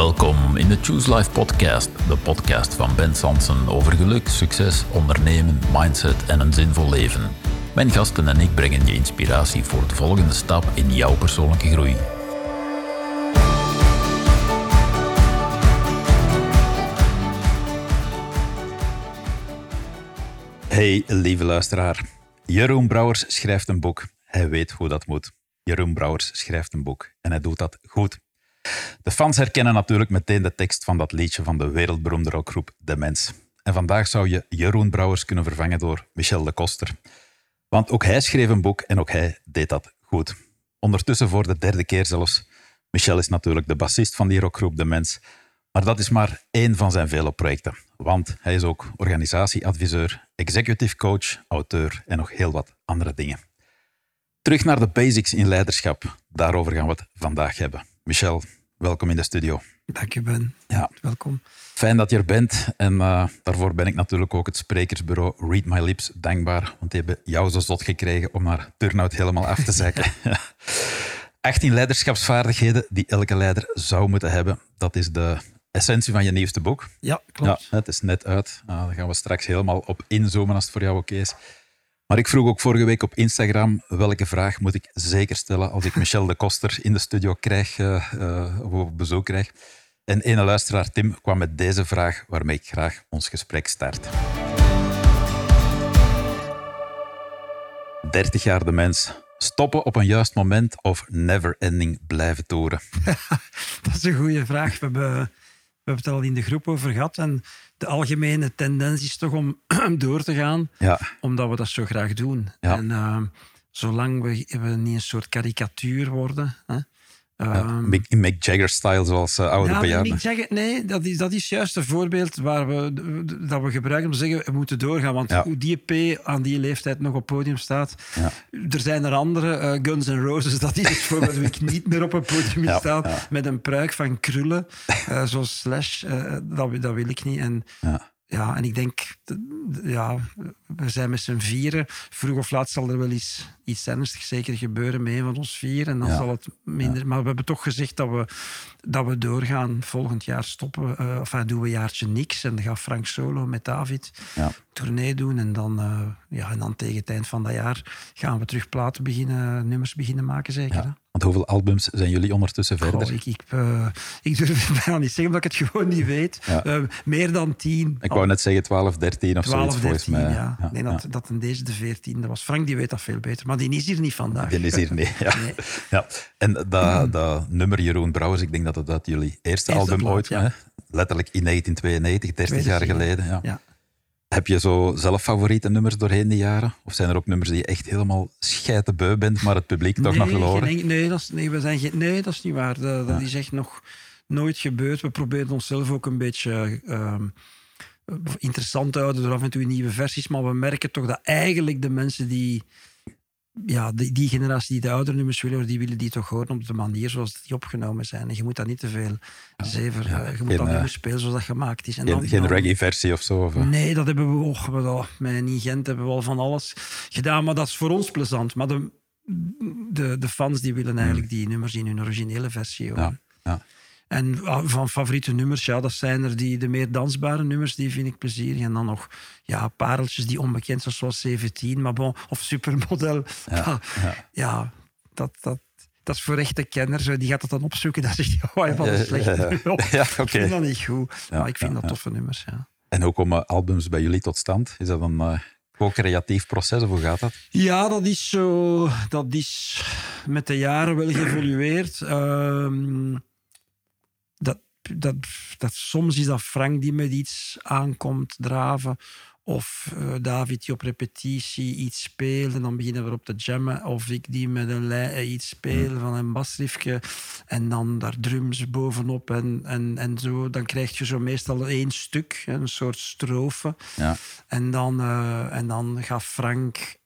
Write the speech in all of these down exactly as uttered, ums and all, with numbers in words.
Welkom in de Choose Life podcast, de podcast van Ben Sansen over geluk, succes, ondernemen, mindset en een zinvol leven. Mijn gasten en ik brengen je inspiratie voor de volgende stap in jouw persoonlijke groei. Hey, lieve luisteraar. Jeroen Brouwers schrijft een boek. Hij weet hoe dat moet. Jeroen Brouwers schrijft een boek en hij doet dat goed. De fans herkennen natuurlijk meteen de tekst van dat liedje van de wereldberoemde rockgroep De Mens. En vandaag zou je Jeroen Brouwers kunnen vervangen door Michel de Koster. Want ook hij schreef een boek en ook hij deed dat goed. Ondertussen voor de derde keer zelfs. Michel is natuurlijk de bassist van die rockgroep De Mens. Maar dat is maar één van zijn vele projecten. Want hij is ook organisatieadviseur, executive coach, auteur en nog heel wat andere dingen. Terug naar de basics in leiderschap. Daarover gaan we het vandaag hebben. Michel, welkom in de studio. Dank je, Ben. Ja. Welkom. Fijn dat je er bent. En uh, daarvoor ben ik natuurlijk ook het sprekersbureau Read My Lips dankbaar. Want die hebben jou zo zot gekregen om haar turnout helemaal af te zeiken. achttien leiderschapsvaardigheden die elke leider zou moeten hebben. Dat is de essentie van je nieuwste boek. Ja, klopt. Ja, het is net uit. Uh, daar gaan we straks helemaal op inzoomen als het voor jou oké is. Maar ik vroeg ook vorige week op Instagram welke vraag moet ik zeker stellen als ik Michel de Koster in de studio krijg, uh, uh, of op bezoek krijg. En ene luisteraar Tim kwam met deze vraag waarmee ik graag ons gesprek start. dertig jaar De Mens. Stoppen op een juist moment of never ending blijven toeren? Dat is een goede vraag. We hebben, we hebben het al in de groep over gehad. En de algemene tendens is toch om door te gaan, ja. Omdat we dat zo graag doen. Ja. En uh, zolang we, we niet een soort karikatuur worden... Hè, ja, um, Mick, Mick Jagger-style, zoals uh, oude ja, bejaarden. Mick Jagger, nee, dat is, dat is juist een voorbeeld waar we, dat we gebruiken om te zeggen, we moeten doorgaan. Want ja. hoe die P aan die leeftijd nog op podium staat... Ja. Er zijn er andere, uh, Guns N' Roses, dat is het voorbeeld hoe ik niet meer op een podium ja. sta, ja. met een pruik van krullen, uh, zoals Slash. Uh, dat, dat wil ik niet. En, ja. Ja, en ik denk, ja, we zijn met z'n vieren. Vroeg of laat zal er wel iets, iets ernstigs zeker gebeuren met een van ons vier. En dan ja. zal het minder... Ja. Maar we hebben toch gezegd dat we, dat we doorgaan. Volgend jaar stoppen. Uh, of dan doen we een jaartje niks. En dan gaat Frank solo met David ja. tournee doen. En dan, uh, ja, en dan tegen het eind van dat jaar gaan we terug platen beginnen, nummers beginnen maken, zeker. Ja. Want hoeveel albums zijn jullie ondertussen verder? Goh, ik, ik, uh, ik durf het bijna niet zeggen, omdat ik het gewoon niet weet. Ja. Uh, meer dan tien. Ik wou net zeggen twaalf, dertien of zoiets volgens mij. Ja. Ja. Nee, dat, ja. dat in deze de veertiende was. Frank die weet dat veel beter, maar die is hier niet vandaag. Die is hier niet, ja. Nee. Ja. En dat, dat nummer Jeroen Brouwers, ik denk dat het uit jullie eerste, eerste album blad, ooit, ja. hè? Letterlijk in negentien tweeënnegentig, dertig jaar geleden. Ja. Ja. Heb je zo zelf favoriete nummers doorheen de jaren? Of zijn er ook nummers die je echt helemaal scheitenbeu bent, maar het publiek toch nee, nog wil horen? Nee, nee, dat is, nee, we zijn geen, nee, dat is niet waar. Dat, dat ja. is echt nog nooit gebeurd. We proberen onszelf ook een beetje uh, interessant te houden door af en toe nieuwe versies. Maar we merken toch dat eigenlijk de mensen die... Ja, die, die generatie die de oudere nummers willen, die willen die toch horen op de manier zoals die opgenomen zijn. En je moet dat niet te veel zever... Ja, je moet geen, dat nummers spelen zoals dat gemaakt is. En geen dan, geen dan, reggae-versie of zo? Of? Nee, dat hebben we ook. Oh, met in Gent hebben we al van alles gedaan, maar dat is voor ons plezant. Maar de, de, de fans die willen eigenlijk hmm. die nummers in hun originele versie horen. Ja, ja. En van favoriete nummers, ja, dat zijn er die, de meer dansbare nummers, die vind ik plezierig. En dan nog ja, pareltjes die onbekend zijn, zoals zeventien, maar bon, of Supermodel. Ja, ja. ja dat, dat, dat is voor echte kenners. Die gaat dat dan opzoeken, dan zegt hij, oh, je hebt een slecht nummer op. Ja, okay. Ik vind dat niet goed, ja, maar ik vind ja, dat toffe ja. nummers, ja. En hoe komen albums bij jullie tot stand? Is dat een uh, co-creatief proces, of hoe gaat dat? Ja, dat is zo... Dat is met de jaren wel geëvolueerd. Um, Dat, dat, dat, soms is dat Frank die met iets aankomt draven. Of uh, David die op repetitie iets speelt en dan beginnen we erop te jammen. Of ik die met een lei iets speel van een basriffje en dan daar drums bovenop en, en, en zo. Dan krijg je zo meestal één stuk, een soort strofe. Ja. En, dan, uh, en dan gaat Frank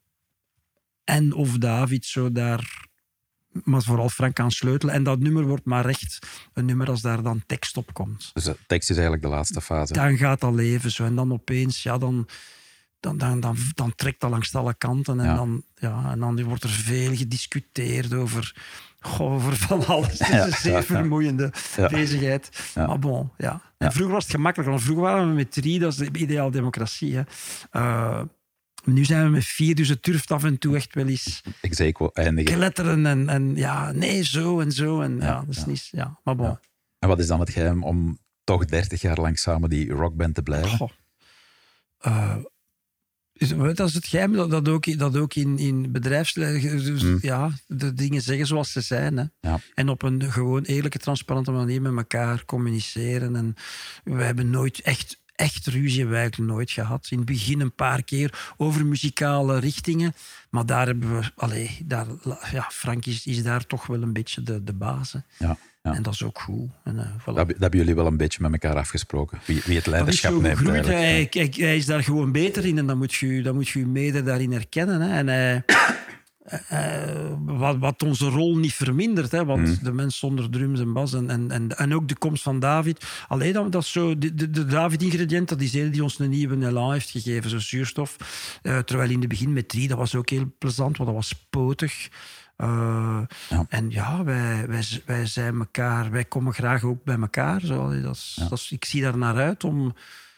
en of David zo daar... Maar vooral Frank aan sleutelen. En dat nummer wordt maar recht een nummer als daar dan tekst op komt. Dus de tekst is eigenlijk de laatste fase. Dan gaat dat leven zo. En dan opeens, ja, dan, dan, dan, dan, dan trekt dat langs alle kanten. En, ja. Dan, ja, en dan wordt er veel gediscuteerd over, goh, over van alles. Het is een zeer ja, vermoeiende ja. bezigheid. Ja. Maar bon, ja. En ja. vroeger was het gemakkelijker. Want vroeger waren we met drie, dat is de ideale democratie. Hè. Uh, nu zijn we met vier, dus het durft af en toe echt wel eens kletteren. En, en ja, nee, zo en zo. En, ja, ja, dat is ja. niet... Ja, maar bon. Ja. En wat is dan het geheim om toch dertig jaar lang samen die rockband te blijven? Goh. Uh, is, dat is het geheim dat, dat ook, dat ook in, in bedrijfsleven... Dus, mm. ja, de dingen zeggen zoals ze zijn. Hè. Ja. En op een gewoon eerlijke, transparante manier met elkaar communiceren. En we hebben nooit echt... Echt ruzie hebben we eigenlijk nooit gehad. In het begin een paar keer over muzikale richtingen. Maar daar hebben we... Allee, daar, ja, Frank is, is daar toch wel een beetje de, de baas. Ja, ja. En dat is ook goed. En, uh, voilà. dat, dat hebben jullie wel een beetje met elkaar afgesproken. Wie, wie het leiderschap neemt. Hij, hij, hij is daar gewoon beter in. En dan moet je dan moet je, je mede daarin herkennen. Hè. En hij... Uh, wat, wat onze rol niet vermindert, hè, want mm. de mens zonder drums en bas en, en, en, en ook de komst van David. Alleen dat, dat is zo, de, de, de David-ingrediënt, dat is heel die ons een nieuwe elan heeft gegeven, zo zuurstof. Uh, terwijl in het begin met drie, dat was ook heel plezant, want dat was potig. Uh, ja. En ja, wij, wij, wij zijn elkaar, wij komen graag ook bij elkaar. Zo. Dat is, ja. dat is, ik zie daar naar uit om...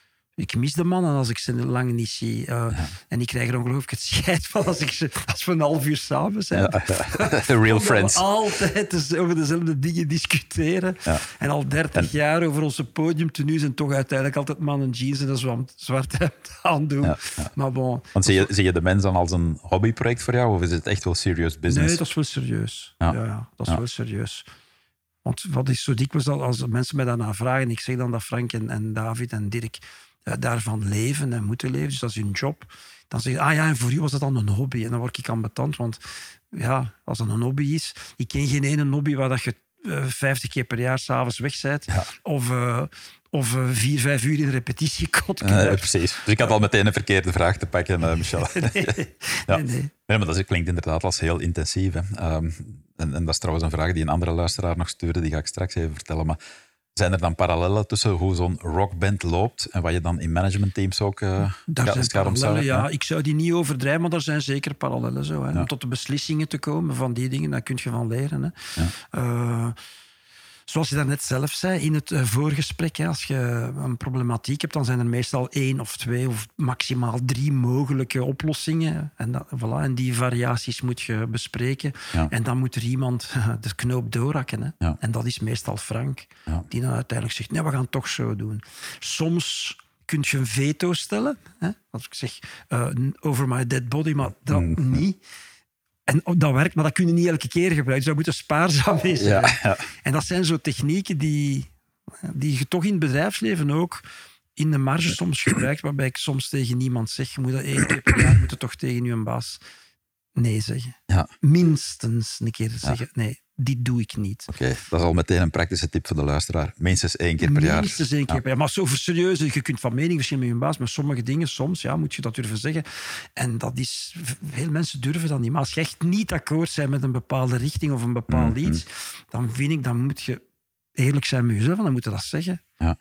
Ik mis de mannen als ik ze lang niet zie. Uh, ja. En ik krijg er ongelooflijk het scheid van als, ik ze, als we een half uur samen zijn. Ja, ja. The real friends. We altijd over dezelfde dingen discussiëren. Ja. En al dertig en... jaar over onze podiumtenues en toch uiteindelijk altijd man en jeans en een zwart hemd aandoen. Ja, ja. Maar bon. Want zie je, zie je de mens dan als een hobbyproject voor jou of is het echt wel serious business? Nee, dat is wel serieus. Ja. Ja, ja, dat is ja. wel serieus. Want wat is zo dikwijls als mensen mij daarna vragen, ik zeg dan dat Frank en, en David en Dirk daarvan leven en moeten leven, dus dat is hun job. Dan zeg je, ah ja, en voor u was dat dan een hobby. En dan word ik ambetant, want ja, als dat een hobby is, ik ken geen ene hobby waar dat je uh, vijftig keer per jaar s'avonds weg bent, ja. of, uh, of uh, vier, vijf uur in de repetitiekot. Uh, precies. Dus ik had al meteen een verkeerde vraag te pakken, uh, Michel. nee, ja. nee, nee. Nee, maar dat klinkt inderdaad als heel intensief. Hè. Um, en, en dat is trouwens een vraag die een andere luisteraar nog stuurde, die ga ik straks even vertellen, maar zijn er dan parallellen tussen hoe zo'n rockband loopt en wat je dan in managementteams ook uh, daar gaat, zijn parallellen, ja. Ik zou die niet overdrijven, maar er zijn zeker parallellen. Zo, hè. Ja. Om tot de beslissingen te komen van die dingen, daar kun je van leren. Hè. Ja. Uh, zoals je daarnet zelf zei in het uh, voorgesprek, hè, als je een problematiek hebt, dan zijn er meestal één of twee of maximaal drie mogelijke oplossingen. En, dat, voilà, en die variaties moet je bespreken. Ja. En dan moet er iemand uh, de knoop doorhakken. Hè. Ja. En dat is meestal Frank, ja. die dan uiteindelijk zegt, nee, we gaan het toch zo doen. Soms kun je een veto stellen. Hè, als ik zeg, uh, over my dead body, maar dat mm. niet. En dat werkt, maar dat kun je niet elke keer gebruiken. Dus daar moet je spaarzaam mee zijn. Ja, ja. En dat zijn zo technieken die, die je toch in het bedrijfsleven ook in de marge soms gebruikt, waarbij ik soms tegen niemand zeg, je moet dat één keer per jaar moet je toch tegen je baas nee zeggen. Ja. Minstens een keer zeggen, ja. nee, dit doe ik niet. Oké, okay, dat is al meteen een praktische tip voor de luisteraar. Minstens één keer per jaar. Minstens één keer ja. per jaar. Maar zo serieus, je kunt van mening verschillen met je baas, maar sommige dingen, soms ja, moet je dat durven zeggen. En dat is, veel mensen durven dat niet. Maar als je echt niet akkoord bent met een bepaalde richting of een bepaald mm-hmm. iets, dan vind ik, dan moet je eerlijk zijn met jezelf en dan moet je dat zeggen. Ja.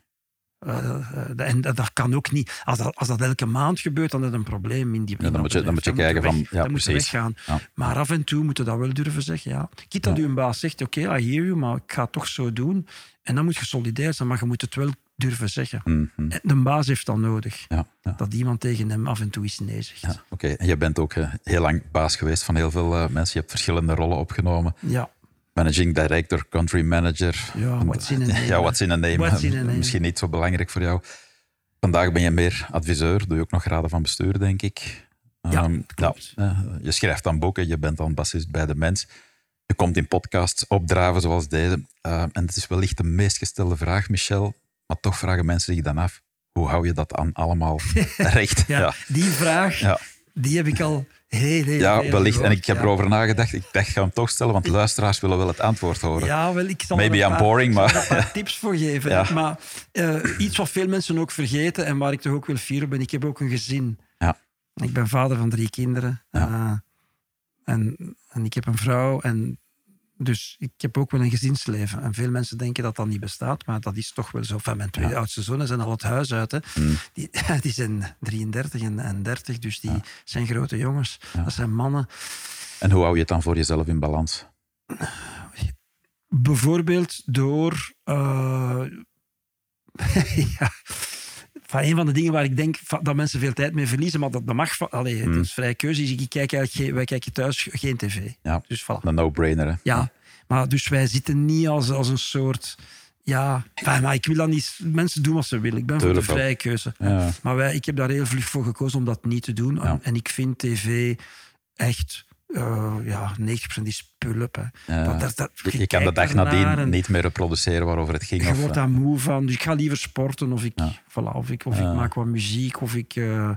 Uh, uh, en dat, dat kan ook niet. Als dat, als dat elke maand gebeurt, dan is dat een probleem in die ja, dan, moet je, dan moet je dan kijken van... Ja, dan moet je weggaan. Ja. Maar af en toe moet je dat wel durven zeggen. Ja. Kiet dat ja. uw baas zegt, oké, okay, I hear you, maar ik ga het toch zo doen. En dan moet je solidair zijn, maar je moet het wel durven zeggen. Mm-hmm. De baas heeft dat nodig. Ja, ja. Dat iemand tegen hem af en toe eens nee zegt. Ja, Oké, okay. En je bent ook uh, heel lang baas geweest van heel veel uh, mensen. Je hebt verschillende rollen opgenomen. Ja. Managing director, country manager. Ja, what's in a name. Ja, what's in a name. What's in a name. Misschien niet zo belangrijk voor jou. Vandaag ben je meer adviseur. Doe je ook nog raden van bestuur, denk ik. Ja, um, klopt. Nou, uh, je schrijft dan boeken. Je bent dan bassist bij De Mens. Je komt in podcasts opdraven zoals deze. Uh, en het is wellicht de meest gestelde vraag, Michel. Maar toch vragen mensen zich dan af. Hoe hou je dat aan allemaal recht? ja, ja. Die vraag, ja. die heb ik al... Heel, heel, ja, heel wellicht. gehoord, en ik heb ja. erover nagedacht. Ik dacht, ik ga hem toch stellen, want luisteraars willen wel het antwoord horen. Ja, wel, ik zal Maybe er een I'm paar, boring, maar... een paar tips voor geven. Ja. Maar uh, iets wat veel mensen ook vergeten en waar ik toch ook wel fier op ben. Ik heb ook een gezin. Ja. Ik ben vader van drie kinderen. Ja. Uh, en, en ik heb een vrouw en Dus ik heb ook wel een gezinsleven. En veel mensen denken dat dat niet bestaat, maar dat is toch wel zo. Enfin, mijn twee ja. oudste zonen zijn al het huis uit. Hè. Mm. Die, die zijn drieëndertig en, en dertig, dus die ja. zijn grote jongens. Ja. Dat zijn mannen. En hoe hou je het dan voor jezelf in balans? Bijvoorbeeld door... Uh, ja... Van een van de dingen waar ik denk dat mensen veel tijd mee verliezen, maar dat, dat mag. Allee, mm. Het is vrije keuze. Ik kijk eigenlijk, wij kijken thuis geen tv. Ja, dus voilà. Een no-brainer. Hè? Ja, maar dus wij zitten niet als, als een soort... Ja, maar ik wil dat niet... Mensen doen wat ze willen. Ik ben Tuurlijk voor de vrije keuze. Ja. Maar wij, ik heb daar heel vlug voor gekozen om dat niet te doen. Ja. En ik vind tv echt... Uh, ja, negentig procent is pull-up. Hè. Ja. Dat, dat, dat, je je kan de dag nadien en... niet meer reproduceren waarover het ging. Je of, wordt daar moe van. Dus ik ga liever sporten of ik, ja. voilà, of ik, of ja. ik maak wat muziek of ik... Uh,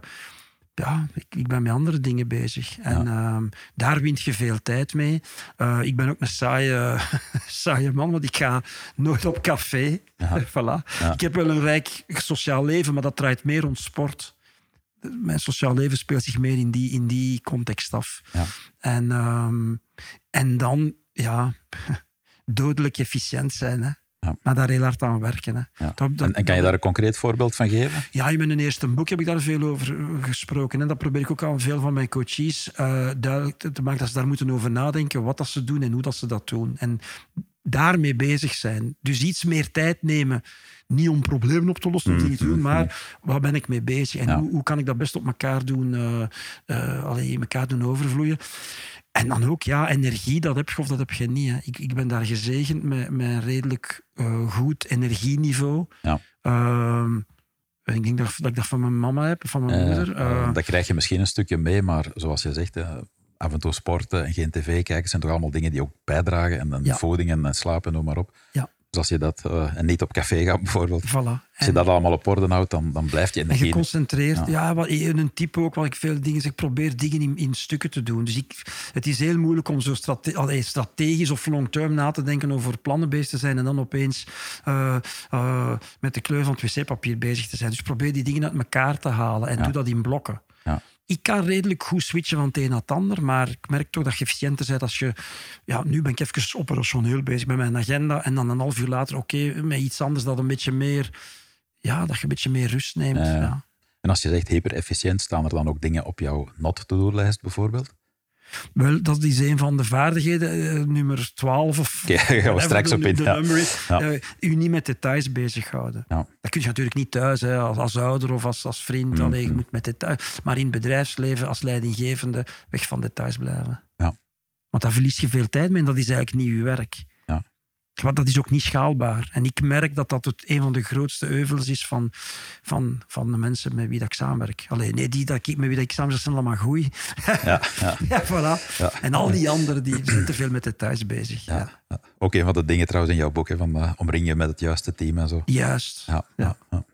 ja, ik, ik ben met andere dingen bezig. En ja. uh, daar wint je veel tijd mee. Uh, ik ben ook een saaie, saaie man, want ik ga nooit op café. Ja. voilà. Ja. Ik heb wel een rijk sociaal leven, maar dat draait meer rond sport. Mijn sociaal leven speelt zich meer in die, in die context af. Ja. En, um, en dan, ja, dodelijk efficiënt zijn. Hè. Ja. Maar daar heel hard aan werken. Hè. Ja. Dat, dat, en, en kan je daar een concreet voorbeeld van geven? Ja, in mijn eerste boek heb ik daar veel over gesproken. En dat probeer ik ook aan veel van mijn coaches uh, duidelijk te maken, dat ze daar moeten over nadenken, wat dat ze doen en hoe dat ze dat doen. En daarmee bezig zijn. Dus iets meer tijd nemen. Niet om problemen op te lossen of dingen te doen, maar waar ben ik mee bezig? En ja. hoe, hoe kan ik dat best op elkaar doen, uh, uh, allee, elkaar doen overvloeien? En dan ook, ja, energie, dat heb je of dat heb je niet. Hè. Ik, ik ben daar gezegend met, met een redelijk uh, goed energieniveau. Ja. Uh, ik denk dat, dat ik dat van mijn mama heb, van mijn uh, moeder. Uh, dat krijg je misschien een stukje mee, maar zoals je zegt... Uh, af en toe sporten en geen tv kijken zijn toch allemaal dingen die ook bijdragen. En dan ja. voeding en, en slapen, noem maar op. Ja. Dus als je dat... Uh, en niet op café gaat bijvoorbeeld. Voilà. Als je en, dat allemaal op orde houdt, dan, dan blijft je energie... En geconcentreerd. Ja, ja wat, een type ook, wat ik veel dingen zeg, ik probeer dingen in, in stukken te doen. Dus ik, het is heel moeilijk om zo strate, allee, strategisch of long-term na te denken over plannen bezig te zijn en dan opeens uh, uh, met de kleur van het wc-papier bezig te zijn. Dus probeer die dingen uit elkaar te halen en ja. doe dat in blokken. Ja. Ik kan redelijk goed switchen van het een naar het ander, maar ik merk toch dat je efficiënter bent als je... Ja, nu ben ik even operationeel bezig met mijn agenda en dan een half uur later, oké, okay, met iets anders dat een beetje meer... Ja, dat je een beetje meer rust neemt. Uh, ja. En als je zegt hyper-efficiënt, staan er dan ook dingen op jouw not-to-do-lijst bijvoorbeeld? Wel, dat is een van de vaardigheden, uh, nummer twaalf of... Oké, okay, gaan we straks op in. De ja. nummer is, ja. uh, u niet met details bezighouden. Ja. Dat kun je natuurlijk niet thuis, hè, als, als ouder of als, als vriend. Mm-hmm. Allee, je moet met details. Maar in het bedrijfsleven, als leidinggevende, weg van details blijven. Ja. Want daar verlies je veel tijd mee en dat is eigenlijk niet uw werk. Ja. Want dat is ook niet schaalbaar. En ik merk dat dat het een van de grootste euvels is van, van, van de mensen met wie dat ik samenwerk. Allee, nee, die dat ik, met wie dat ik samenwerk zijn allemaal goed. Ja, ja. ja, voilà. Ja. En al die anderen die zijn te veel met details bezig. Ja. Ja. Ja. Ook een van de dingen trouwens in jouw boek, hè, van uh, omring je met het juiste team en zo. Juist. Ja, ja. Ja.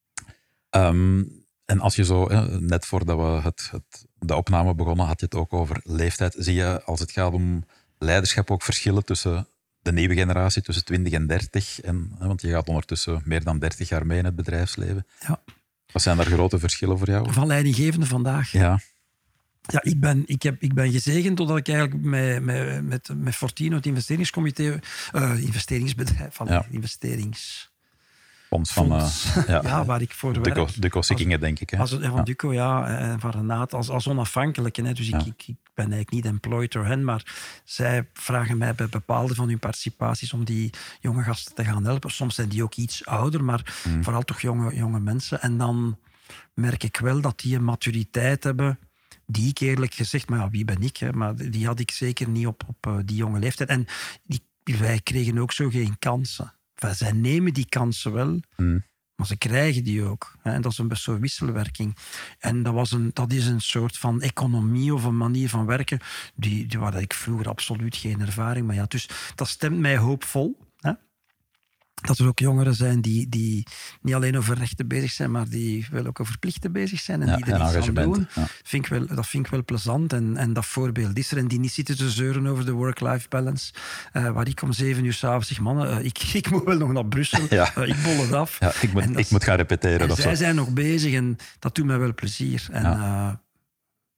Um, en als je zo, hè, net voordat we het, het, de opname begonnen, had je het ook over leeftijd. Zie je, als het gaat om leiderschap, ook verschillen tussen... de nieuwe generatie tussen twintig en dertig. En, want je gaat ondertussen meer dan dertig jaar mee in het bedrijfsleven. Ja. Wat zijn daar grote verschillen voor jou? Van leidinggevende vandaag. Ja. Ja, ik ben, ik heb, ik ben gezegend doordat ik eigenlijk met, met, met, met Fortino, het investeringscomité, uh, investeringsbedrijf, van ja. investerings... Fonds van... Fonds. Uh, ja. ja, waar ik voor Duco, werk. Duco Sikkingen, denk ik. Hè? Als, van ja. Duco, ja. En van Renate, als, als onafhankelijke. Hè. Dus ja. ik, ik, ik ben eigenlijk niet employed door hen, maar zij vragen mij bij bepaalde van hun participaties om die jonge gasten te gaan helpen. Soms zijn die ook iets ouder, maar mm. vooral toch jonge, jonge mensen. En dan merk ik wel dat die een maturiteit hebben... die ik eerlijk gezegd... Maar ja, wie ben ik? Hè? Maar die had ik zeker niet op, op uh, die jonge leeftijd. En die, wij kregen ook zo geen kansen. Enfin, zij nemen die kansen wel, mm. maar ze krijgen die ook. Hè? En dat is een soort wisselwerking. En dat, was een, dat is een soort van economie of een manier van werken die, die, waar ik vroeger absoluut geen ervaring mee had. Dus dat stemt mij hoopvol. Hè? Dat er ook jongeren zijn die, die niet alleen over rechten bezig zijn, maar die wel ook over plichten bezig zijn en ja, die er iets aan doen. Ja. Vind ik wel, dat vind ik wel plezant. En, en dat voorbeeld is er. En die niet zitten te zeuren over de work-life balance. Uh, waar ik om zeven uur s'avonds zeg, mannen, uh, ik, ik moet wel nog naar Brussel. Ja. Uh, ik bol het af. Ja, ik moet, ik moet gaan repeteren. En of zij zo. zijn nog bezig en dat doet mij wel plezier. En, ja. uh,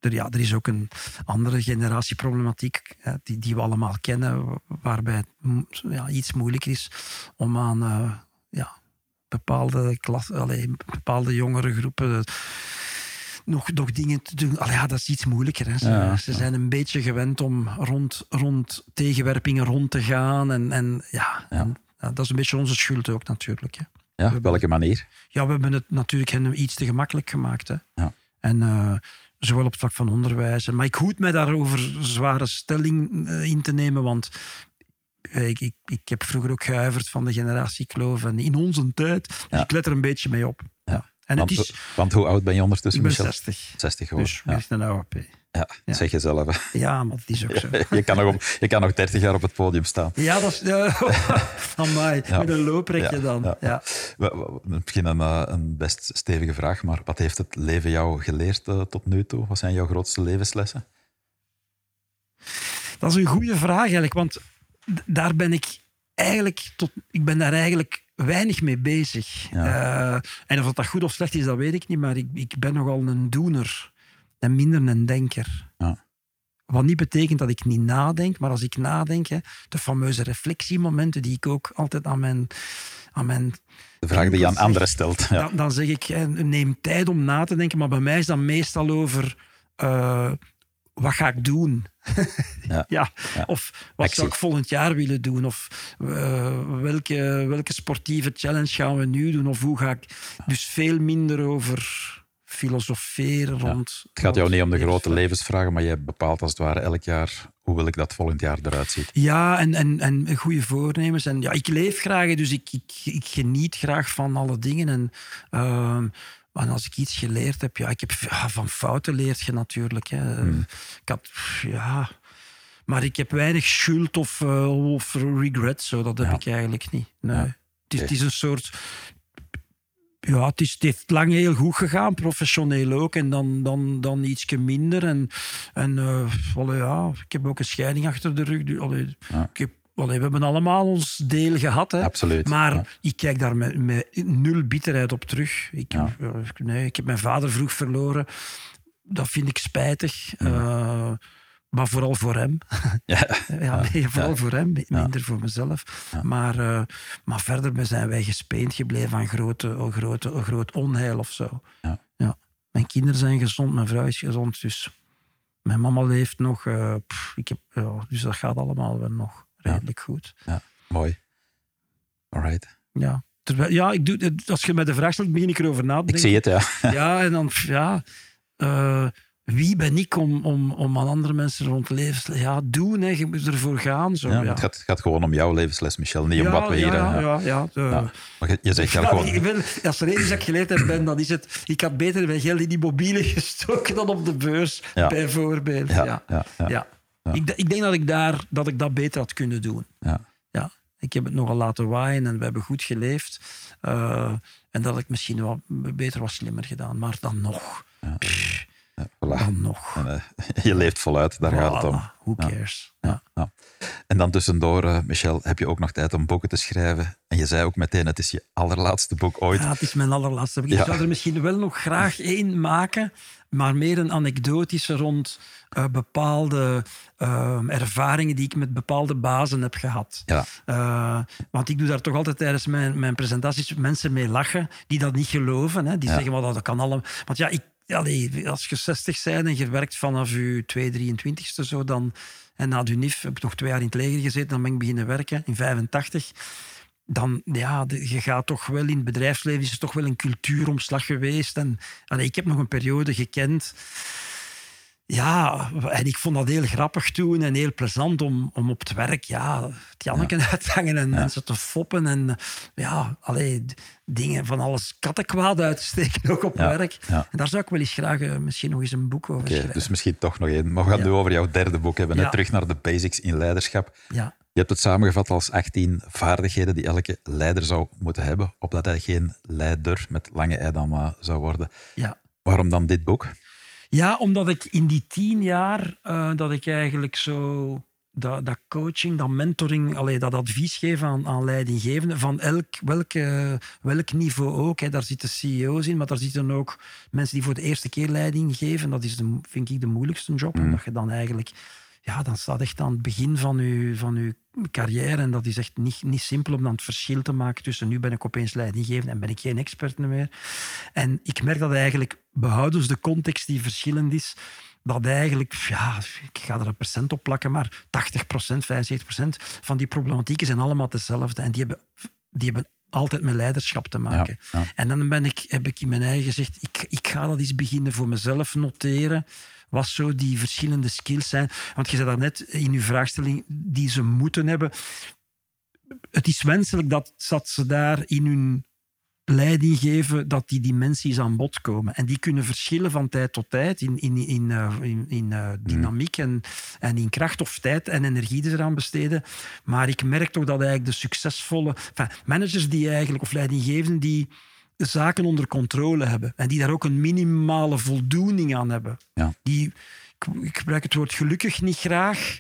er, ja, er is ook een andere generatieproblematiek hè, die, die we allemaal kennen, waarbij het ja, iets moeilijker is om aan uh, ja, bepaalde, klas, allee, bepaalde jongere groepen nog, nog dingen te doen. Allee, ja, dat is iets moeilijker. Hè. Ze, ja, ze ja. zijn een beetje gewend om rond, rond tegenwerpingen rond te gaan. En, en, ja, ja. en ja, dat is een beetje onze schuld ook natuurlijk. Hè. Ja, op welke manier? Ja, we hebben het natuurlijk hen iets te gemakkelijk gemaakt. Hè. Ja. En uh, zowel op het vlak van onderwijs. Maar ik hoed mij daarover zware stelling uh, in te nemen, want uh, ik, ik, ik heb vroeger ook gehuiverd van de generatiekloof en in onze tijd. Dus ja. ik let er een beetje mee op. Ja. En want, het is, want hoe oud ben je ondertussen, ik ben Michel? zestig. zestig geworden. Dus ja. Echt een oude P. Ja, ja. zeg je zelf. Ja, maar het is ook zo. je, kan nog op, je kan nog dertig jaar op het podium staan. Ja, dat is... Uh, amai, ja. Met een loopretje ja, dan. Ja. Ja. We, we beginnen een, een best stevige vraag, maar wat heeft het leven jou geleerd uh, tot nu toe? Wat zijn jouw grootste levenslessen? Dat is een goede vraag eigenlijk, want daar ben ik eigenlijk... Tot, ik ben daar eigenlijk weinig mee bezig. Ja. Uh, en of dat goed of slecht is, dat weet ik niet, maar ik, ik ben nogal een doener en minder een denker. Ja. Wat niet betekent dat ik niet nadenk, maar als ik nadenk, hè, de fameuze reflectiemomenten die ik ook altijd aan mijn... Aan mijn de vraag die je aan anderen stelt. Ja. Dan, dan zeg ik, hè, neem tijd om na te denken, maar bij mij is dat meestal over... Uh, wat ga ik doen? Ja. ja. Ja. Of wat Actie. zou ik volgend jaar willen doen? Of uh, welke, welke sportieve challenge gaan we nu doen? Of hoe ga ik... Dus veel minder over filosoferen ja. rond... Het gaat jou niet om de grote levensvragen, maar je bepaalt als het ware elk jaar hoe wil ik dat volgend jaar eruit ziet. Ja, en, en, en goede voornemens. En ja, ik leef graag, dus ik, ik, ik geniet graag van alle dingen. En... Uh, Maar als ik iets geleerd heb, ja, ik heb ja, van fouten leert je natuurlijk. Hè. Hmm. Ik had, ja, maar ik heb weinig schuld of, uh, of regret, zo, dat heb ja. ik eigenlijk niet. Nee. Ja. Het, is, het is een soort... Ja, het, is, het heeft lang heel goed gegaan, professioneel ook, en dan, dan, dan ietsje minder. En, en uh, allee, ja, ik heb ook een scheiding achter de rug. Allee, ja. ik heb, allee, we hebben allemaal ons deel gehad. Hè. Absoluut. Maar ja. ik kijk daar met, met nul bitterheid op terug. Ik, ja. nee, ik heb mijn vader vroeg verloren. Dat vind ik spijtig. Ja. Uh, maar vooral voor hem. Ja. ja, nee, vooral ja. voor hem, minder ja. voor mezelf. Ja. Maar, uh, maar verder zijn wij gespeend gebleven aan grote, grote, groot onheil of zo. Ja. Ja. Mijn kinderen zijn gezond, mijn vrouw is gezond. Dus mijn mama leeft nog. Uh, pff, ik heb, ja, dus dat gaat allemaal wel nog redelijk ja. goed. Ja, mooi. Alright. Ja. Terwijl, ja, ik doe, als je mij de vraag stelt, begin ik erover na te denken. Ik zie het, ja. Ja, en dan, ja... Uh, wie ben ik om, om, om aan andere mensen rond leven... Ja, doen, hè. Je moet ervoor gaan. Zo, ja, ja. Het gaat, gaat gewoon om jouw levensles, Michel. Niet ja, om wat we ja, hier... Ja, ja, ja, de, ja. Maar je, je zegt ja, gewoon... Ik ben, als er één iets dat ik geleerd heb, ben, dan is het... Ik had beter mijn geld in immobiliën gestoken dan op de beurs, ja. bijvoorbeeld. Ja, ja. ja, ja, ja. ja. Ik, ik denk dat ik, daar, dat ik dat beter had kunnen doen. Ja. Ja. Ik heb het nogal laten waaien en we hebben goed geleefd. Uh, en dat ik misschien wat beter was slimmer gedaan. Maar dan nog... Ja. Pff, Ja, voilà. Dan nog. En, uh, je leeft voluit, daar voilà, gaat het om. Who cares? Ja. Ja. Ja. En dan tussendoor, uh, Michel, heb je ook nog tijd om boeken te schrijven. En je zei ook meteen, het is je allerlaatste boek ooit. Ja, het is mijn allerlaatste boek. Ja. Ik zou er misschien wel nog graag één maken, maar meer een anekdotische rond uh, bepaalde uh, ervaringen die ik met bepaalde bazen heb gehad. Ja. Uh, want ik doe daar toch altijd tijdens mijn, mijn presentaties mensen mee lachen die dat niet geloven. Hè. Die ja. zeggen, well, dat kan allemaal... Want ja, ik Allee, als je zestig bent en je werkt vanaf je twee, drieëntwintigste zo, dan, en na de U N I F heb ik nog twee jaar in het leger gezeten, dan ben ik beginnen werken in vijfentachtig. Dan, ja, de, je gaat toch wel in het bedrijfsleven, is er toch wel een cultuuromslag geweest. En, allee, ik heb nog een periode gekend. Ja, en ik vond dat heel grappig toen en heel plezant om, om op het werk ja, het Janneken ja. uit te hangen en ja. mensen te foppen en ja, allee, dingen van alles kattenkwaad uit te steken ook op ja. werk. Ja. En daar zou ik wel eens graag uh, misschien nog eens een boek over okay, schrijven. Dus misschien toch nog één. Maar we gaan ja. nu over jouw derde boek hebben. Ja. Terug naar de basics in leiderschap. Ja. Je hebt het samengevat als achttien vaardigheden die elke leider zou moeten hebben, opdat hij geen leider met lange ei dan maar zou worden. Ja. Waarom dan dit boek? Ja, omdat ik in die tien jaar uh, dat ik eigenlijk zo dat, dat coaching, dat mentoring, allee, dat advies geven aan, aan leidinggevenden van elk, welke, welk niveau ook. Hè. Daar zitten C E O's in, maar daar zitten ook mensen die voor de eerste keer leiding geven. Dat is de, vind ik de moeilijkste job. Mm. Omdat je dan eigenlijk... Ja, dan staat echt aan het begin van je, van je carrière. En dat is echt niet, niet simpel om dan het verschil te maken tussen nu ben ik opeens leidinggevende en ben ik geen expert meer. En ik merk dat eigenlijk, behoudens de context die verschillend is, dat eigenlijk, ja, ik ga er een procent op plakken, maar tachtig procent, vijfenzeventig procent van die problematieken zijn allemaal hetzelfde. En die hebben, die hebben altijd met leiderschap te maken. Ja, ja. En dan ben ik, heb ik in mijn eigen gezegd, ik, ik ga dat eens beginnen voor mezelf noteren. Wat zo die verschillende skills zijn. Want je zei daarnet in je vraagstelling die ze moeten hebben. Het is wenselijk dat, dat ze daar in hun leiding geven, dat die dimensies aan bod komen. En die kunnen verschillen van tijd tot tijd in, in, in, uh, in, in uh, dynamiek en, en in kracht of tijd en energie die ze eraan besteden. Maar ik merk toch dat eigenlijk de succesvolle... Enfin, managers die eigenlijk, of leidinggevenden die zaken onder controle hebben en die daar ook een minimale voldoening aan hebben. Ja. Die, ik, ik gebruik het woord gelukkig niet graag,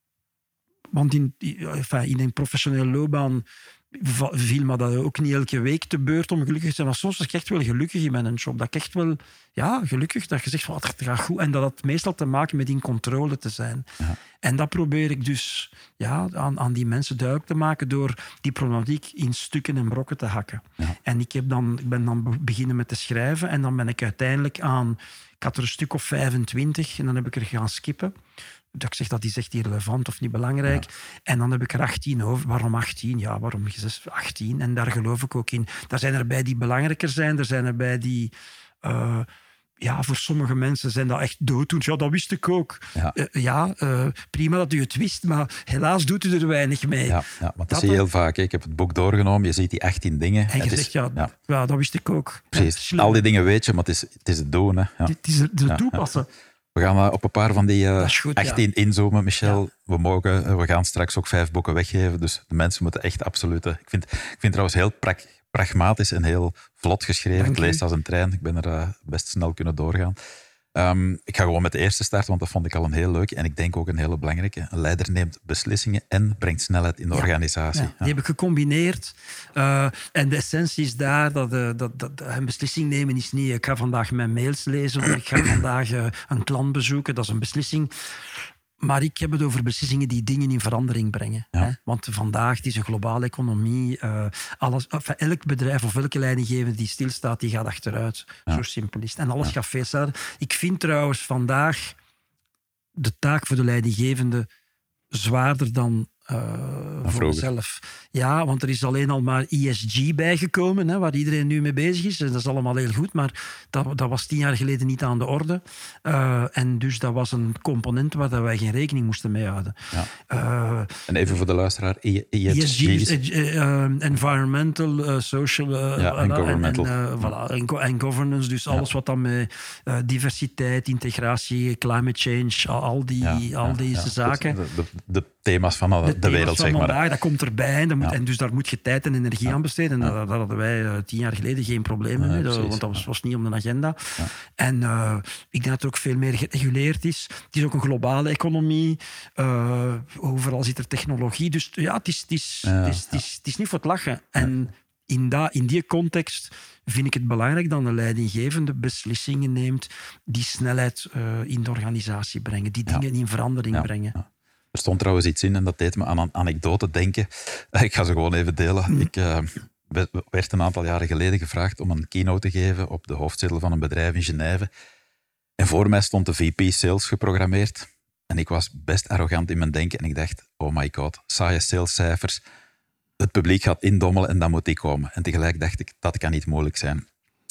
want in, enfin, in een professionele loopbaan viel me dat ook niet elke week te beurt om gelukkig te zijn. Maar soms was ik echt wel gelukkig in mijn job. Dat ik echt wel, ja, gelukkig, dat je zegt van, het gaat goed. En dat had meestal te maken met in controle te zijn. Ja. En dat probeer ik dus ja, aan, aan die mensen duidelijk te maken door die problematiek in stukken en brokken te hakken. Ja. En ik, heb dan, ik ben dan beginnen met te schrijven en dan ben ik uiteindelijk aan... Ik had er een stuk of vijfentwintig en dan heb ik er gaan skippen. Dat ik zeg, dat is echt irrelevant of niet belangrijk. Ja. En dan heb ik er achttien over. Waarom achttien? Ja, waarom achttien? En daar geloof ik ook in. Daar zijn er bij die belangrijker zijn. Er zijn er bij die... Uh, ja, voor sommige mensen zijn dat echt dooddoend. Ja, dat wist ik ook. Ja, uh, ja uh, prima dat u het wist, maar helaas doet u er weinig mee. Ja, ja maar dat, dat zie je heel vaak. Hè. Ik heb het boek doorgenomen, je ziet die achttien dingen. En je zegt, is, ja, ja. ja, dat wist ik ook. Precies, ja, al die dingen weet je, maar het is het, is het doen. Hè. Ja. Het is het ja, toepassen. Ja. We gaan uh, op een paar van die uh, goed, achttien ja. inzoomen, Michel. Ja. We, mogen, uh, we gaan straks ook vijf boeken weggeven, dus de mensen moeten echt absoluut... Uh, ik, vind, ik vind het trouwens heel pra- pragmatisch en heel vlot geschreven. Het leest als een trein. Ik ben er uh, best snel kunnen doorgaan. Um, ik ga gewoon met de eerste starten, want dat vond ik al een heel leuk en ik denk ook een hele belangrijke. Een leider neemt beslissingen en brengt snelheid in de ja, organisatie. Ja, die ja. heb ik gecombineerd. Uh, en de essentie is daar dat, uh, dat, dat een beslissing nemen is niet... Ik ga vandaag mijn mails lezen of ik ga vandaag uh, een klant bezoeken. Dat is een beslissing. Maar ik heb het over beslissingen die dingen in verandering brengen. Ja. Hè? Want vandaag, het is een globale economie. Uh, alles, enfin, elk bedrijf of elke leidinggevende die stilstaat, die gaat achteruit. Ja. Zo simpel is het. En alles ja. gaat veel sneller. Ik vind trouwens vandaag de taak voor de leidinggevende zwaarder dan uh, voor mezelf. Ja, want er is alleen al maar E S G bijgekomen, hè, waar iedereen nu mee bezig is. En dat is allemaal heel goed, maar dat, dat was tien jaar geleden niet aan de orde. Uh, en dus dat was een component waar wij geen rekening moesten mee houden. Ja. Uh, en even voor de luisteraar, E S G? E S G, uh, uh, environmental, uh, social uh, ja, en, governmental. En, uh, voilà, en, en governance, dus alles ja. wat dan met uh, diversiteit, integratie, climate change, al, die, ja, al ja, deze ja. zaken... De, de, de thema's van de, de, de wereld, zeg maar. Vandaag, dat komt erbij en, dat moet, ja. en dus daar moet je tijd en energie ja. aan besteden. En ja. daar, daar hadden wij uh, tien jaar geleden geen problemen nee, mee, precies, want dat was, was niet om de agenda. Ja. En uh, ik denk dat het ook veel meer gereguleerd is. Het is ook een globale economie. Uh, overal zit er technologie. Dus ja, het is, het is, ja, het is, het is, het is niet voor het lachen. En ja. in, da, in die context vind ik het belangrijk dat een leidinggevende beslissingen neemt die snelheid uh, in de organisatie brengen, die dingen ja. in verandering ja. brengen. Ja. Er stond trouwens iets in en dat deed me aan een anekdote denken. Ik ga ze gewoon even delen. Mm. Ik uh, werd een aantal jaren geleden gevraagd om een keynote te geven op de hoofdzetel van een bedrijf in Genève. En voor mij stond de V P Sales geprogrammeerd. En ik was best arrogant in mijn denken en ik dacht, oh my god, saaie salescijfers. Het publiek gaat indommelen en dan moet ik komen. En tegelijk dacht ik, dat kan niet moeilijk zijn.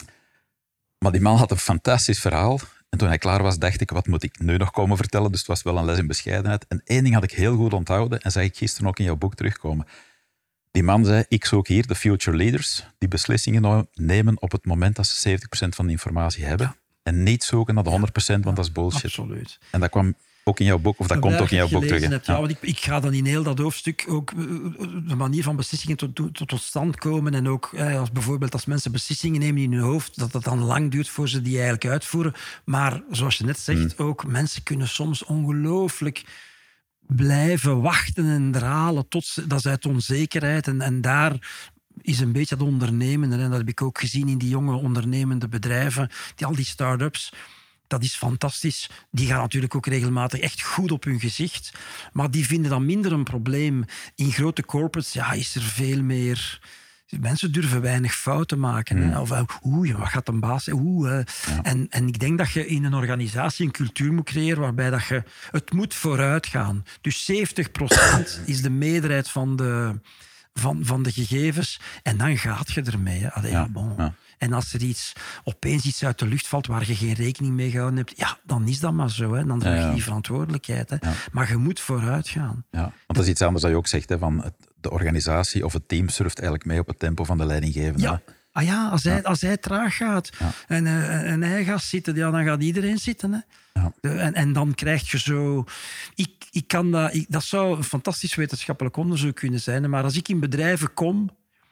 Maar die man had een fantastisch verhaal. En toen hij klaar was, dacht ik, wat moet ik nu nog komen vertellen? Dus het was wel een les in bescheidenheid. En één ding had ik heel goed onthouden en zag ik gisteren ook in jouw boek terugkomen. Die man zei, ik zoek hier de future leaders die beslissingen nemen op het moment dat ze zeventig procent van de informatie hebben. Ja. En niet zoeken naar de honderd procent, want dat is bullshit. Absoluut. En dat kwam ook in jouw boek, of dat, dat komt ook in jouw boek terug. Hebt, ja, want ik, ik ga dan in heel dat hoofdstuk ook de manier van beslissingen tot, tot, tot stand komen. En ook eh, als bijvoorbeeld als mensen beslissingen nemen in hun hoofd, dat het dan lang duurt voor ze die eigenlijk uitvoeren. Maar zoals je net zegt, hmm. ook mensen kunnen soms ongelooflijk blijven wachten en dralen tot dat is uit onzekerheid. En, en daar is een beetje het ondernemende. En dat heb ik ook gezien in die jonge ondernemende bedrijven, die, al die start-ups. Dat is fantastisch. Die gaan natuurlijk ook regelmatig echt goed op hun gezicht. Maar die vinden dan minder een probleem. In grote corporates ja, is er veel meer... Mensen durven weinig fouten maken. Mm. Hè? Of oeh, wat gaat een baas... Oeh, uh. ja. en, en ik denk dat je in een organisatie een cultuur moet creëren waarbij dat je... Het moet vooruit gaan. Dus zeventig procent is de meerderheid van de, van, van de gegevens. En dan gaat je ermee. Hè? Allee, ja. Bon. Ja. En als er iets, opeens iets uit de lucht valt waar je geen rekening mee gehouden hebt, ja, dan is dat maar zo. Hè. Dan draag je ja, ja. die verantwoordelijkheid. Hè. Ja. Maar je moet vooruit gaan. Ja, want dat is iets anders dat je ook zegt. Hè, van het, de organisatie of het team surft eigenlijk mee op het tempo van de leidinggevende. Ja. Ah ja, als hij, ja. als hij traag gaat ja. en, uh, en hij gaat zitten, ja, dan gaat iedereen zitten. Hè. Ja. De, en, en dan krijg je zo... Ik, ik kan dat, ik, dat zou een fantastisch wetenschappelijk onderzoek kunnen zijn. Maar als ik in bedrijven kom,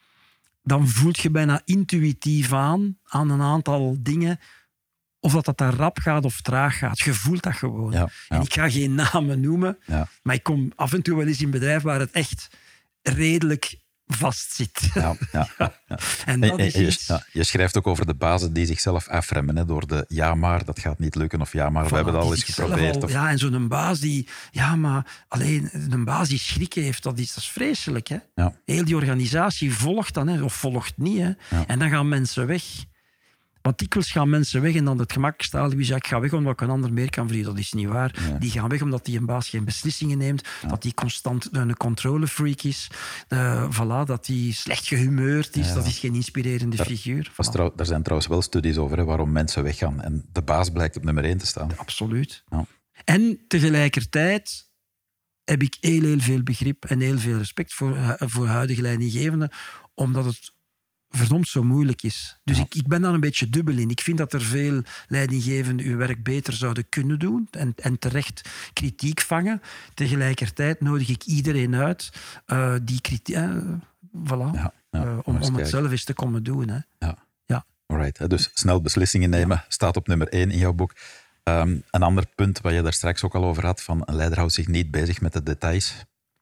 dan voelt je bijna intuïtief aan, aan een aantal dingen, of dat dat daar rap gaat of traag gaat. Je voelt dat gewoon. Ja, ja. En ik ga geen namen noemen, ja. maar ik kom af en toe wel eens in bedrijven waar het echt redelijk vastzit. Ja, ja, ja. Ja. En dat en, is en, iets... ja, je schrijft ook over de bazen die zichzelf afremmen, hè, door de ja maar, dat gaat niet lukken, of ja maar, voilà, we hebben het al eens geprobeerd. Al, of... Ja, en zo'n baas die... Ja, maar alleen een baas die schrikken heeft, dat is, dat is vreselijk. Hè? Ja. Heel die organisatie volgt dan, hè, of volgt niet. Hè? Ja. En dan gaan mensen weg. Want dikwijls gaan mensen weg en dan het gemak staat. Wie zegt, ik ga weg omdat ik een ander meer kan verdienen. Dat is niet waar. Ja. Die gaan weg omdat die een baas geen beslissingen neemt. Ja. Dat die constant een controlefreak is. Uh, voilà, dat die slecht gehumeurd is. Ja. Dat is geen inspirerende daar, figuur. Voilà. Trouw, daar zijn trouwens wel studies over, hè, waarom mensen weggaan. En de baas blijkt op nummer één te staan. Ja, absoluut. Ja. En tegelijkertijd heb ik heel, heel veel begrip en heel veel respect voor, voor huidige leidinggevenden. Omdat het verdomd zo moeilijk is. Dus ja. ik, ik ben daar een beetje dubbel in. Ik vind dat er veel leidinggevenden hun werk beter zouden kunnen doen en, en terecht kritiek vangen. Tegelijkertijd nodig ik iedereen uit uh, die kritiek... Uh, voilà. Ja, ja, uh, om om het zelf eens te komen doen. Hè. Ja. Ja. Alright, dus snel beslissingen nemen ja. staat op nummer één in jouw boek. Um, een ander punt wat je daar straks ook al over had, van een leider houdt zich niet bezig met de details.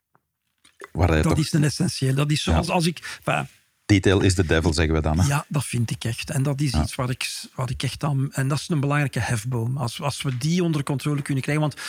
Dat toch... is een essentieel. Dat is zoals ja. als ik... Enfin, detail is the devil, zeggen we dan. Hè? Ja, dat vind ik echt. En dat is ja. iets wat ik, wat ik echt aan... En dat is een belangrijke hefboom. Als, als we die onder controle kunnen krijgen... Want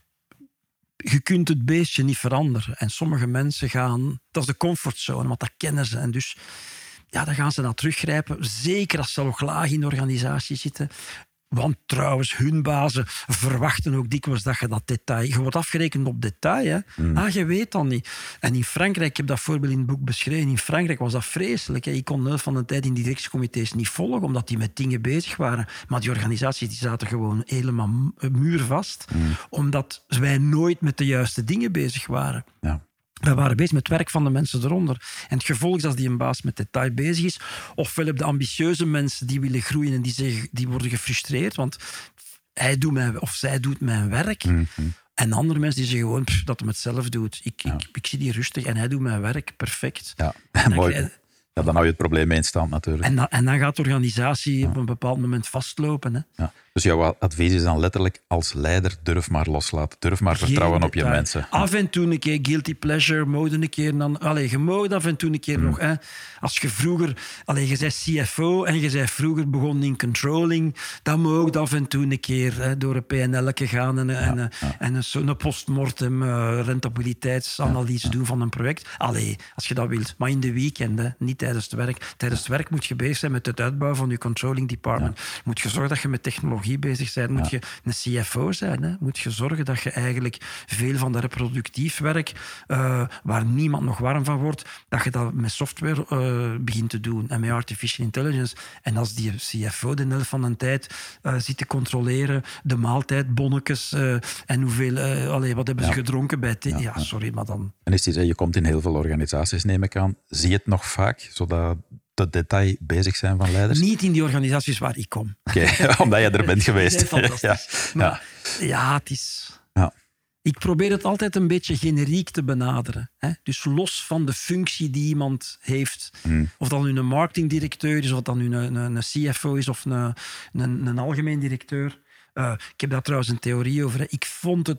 je kunt het beestje niet veranderen. En sommige mensen gaan... Dat is de comfortzone, want dat kennen ze. En dus... Ja, dan gaan ze naar teruggrijpen. Zeker als ze nog laag in de organisatie zitten... Want trouwens, hun bazen verwachten ook dikwijls dat je dat detail... Je wordt afgerekend op detail, hè. Mm. Ah, je weet dat niet. En in Frankrijk, ik heb dat voorbeeld in het boek beschreven, in Frankrijk was dat vreselijk. Hè. Ik kon de helft van de tijd in die directiecomité's niet volgen, omdat die met dingen bezig waren. Maar die organisaties die zaten gewoon helemaal muurvast, mm. omdat wij nooit met de juiste dingen bezig waren. Ja. We waren bezig met het werk van de mensen eronder. En het gevolg is als die een baas met detail bezig is, ofwel heb de ambitieuze mensen die willen groeien en die, zeggen, die worden gefrustreerd, want hij doet mijn, of zij doet mijn werk. Mm-hmm. En andere mensen die zeggen gewoon pff, dat hij het zelf doet. Ik, ja. ik, ik zit hier rustig en hij doet mijn werk perfect. Ja, mooi. Krijg, ja, dan hou je het probleem mee in stand natuurlijk. En dan, en dan gaat de organisatie ja. op een bepaald moment vastlopen. Hè. Ja. Dus jouw advies is dan letterlijk, als leider, durf maar loslaten. Durf maar Geen vertrouwen detail. op je mensen. Af en toe een keer guilty pleasure, mode een keer... Dan, allez, je mag af en toe een keer mm. nog... Hè. Als je vroeger... Allez, je zei C F O en je zei vroeger begon in controlling, dan mag je af en toe een keer hè, door een P en L gaan en, ja, en, ja. en een, zo'n postmortem uh, rentabiliteitsanalyse ja, ja. doen van een project. Allez, als je dat wilt. Maar in de weekenden, niet tijdens het werk. Tijdens het werk moet je bezig zijn met het uitbouwen van je controlling department. Ja. Moet je zorgen dat je met technologie bezig bent. Moet ja. je een C F O zijn. Hè? Moet je zorgen dat je eigenlijk veel van dat reproductief werk, uh, waar niemand nog warm van wordt, dat je dat met software uh, begint te doen. En met artificial intelligence. En als die C F O de helft van de tijd uh, zit te controleren, de maaltijdbonnetjes uh, en hoeveel... Uh, allee, wat hebben ja. ze gedronken bij... Te- ja, ja, sorry, maar dan... En is het, je komt in heel veel organisaties, neem ik aan. Zie je het nog vaak, zodat... de detail bezig zijn van leiders? Niet in die organisaties waar ik kom. Oké, okay, omdat je er bent geweest. Ja, maar, ja. ja, het is... Ja. Ik probeer het altijd een beetje generiek te benaderen. Hè? Dus los van de functie die iemand heeft. Hmm. Of dat nu een marketingdirecteur is, of dat nu een, een, een C F O is, of een, een, een algemeen directeur. Uh, ik heb daar trouwens een theorie over. Hè? Ik vond het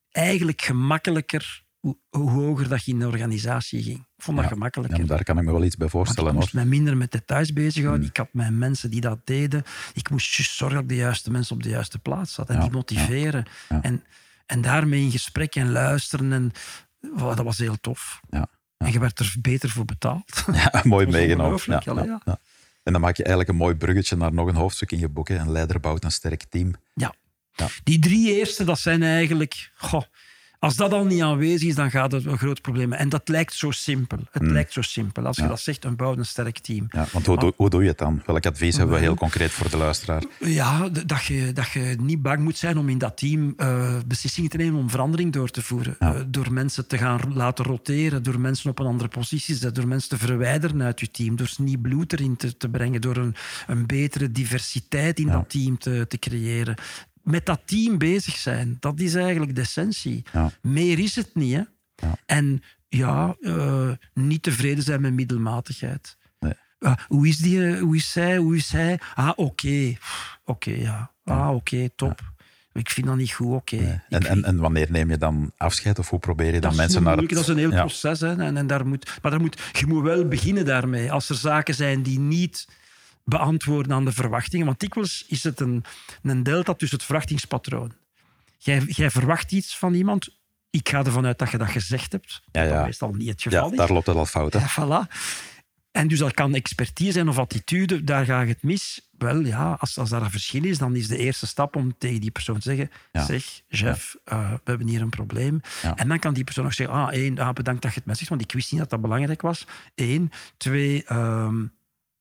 eigenlijk gemakkelijker hoe, hoe hoger dat je in de organisatie ging. Ik vond dat ja. gemakkelijker. Ja, daar kan ik me wel iets bij voorstellen. Want ik moest hoor. mij minder met details bezighouden. Hmm. Ik had mijn mensen die dat deden. Ik moest just zorgen dat de juiste mensen op de juiste plaats zaten. En Ja, die motiveren. Ja, ja. En, en daarmee in gesprek en luisteren. En, wow, dat was heel tof. Ja, ja. En je werd er beter voor betaald. Ja, mooi meegenomen. ongelooflijk, Ja, allee, ja, ja. ja. En dan maak je eigenlijk een mooi bruggetje naar nog een hoofdstuk in je boek. Hè. Een leider bouwt een sterk team. Ja. Ja. Die drie eerste, dat zijn eigenlijk... Goh, als dat al niet aanwezig is, dan gaat het een groot probleem. En dat lijkt zo simpel. Het Mm. lijkt zo simpel. Als je Ja. dat zegt, een bouw een sterk team. Ja, want hoe, Maar- doe, hoe doe je het dan? Welk advies hebben we Wel- heel concreet voor de luisteraar? Ja, d- dat je, dat je niet bang moet zijn om in dat team uh, beslissingen te nemen om verandering door te voeren. Ja. Uh, door mensen te gaan laten roteren, door mensen op een andere positie te zetten, door mensen te verwijderen uit je team, door nieuw bloed erin te, te brengen, door een, een betere diversiteit in Ja. dat team te, te creëren. Met dat team bezig zijn, dat is eigenlijk de essentie. Ja. Meer is het niet, hè? Ja. En ja, uh, niet tevreden zijn met middelmatigheid. Nee. Uh, hoe is die, uh, hoe is zij, hoe is hij? Ah, oké. Okay. Oké, okay, ja. Ah, oké, okay, top. Ja. Ik vind dat niet goed, oké. Okay. Nee. En, en, en wanneer neem je dan afscheid? Of hoe probeer je dan dat mensen naar het... Dat is een heel ja. proces. Hè. En, en daar moet, maar daar moet, je moet wel beginnen daarmee. Als er zaken zijn die niet beantwoorden aan de verwachtingen. Want dikwijls is het een, een delta tussen het verwachtingspatroon. Jij, jij verwacht iets van iemand. Ik ga ervan uit dat je dat gezegd hebt. Ja, ja. Dat is meestal niet het geval. Ja, daar loopt het al fout. Hè? Ja, voilà. En dus dat kan expertise zijn of attitude, daar gaat het mis. Wel ja, als, als daar een verschil is, dan is de eerste stap om tegen die persoon te zeggen: ja. zeg, Jeff, ja. uh, we hebben hier een probleem. Ja. En dan kan die persoon nog zeggen: ah, één, ah, bedankt dat je het mij zegt, want ik wist niet dat dat belangrijk was. Eén. Twee, um,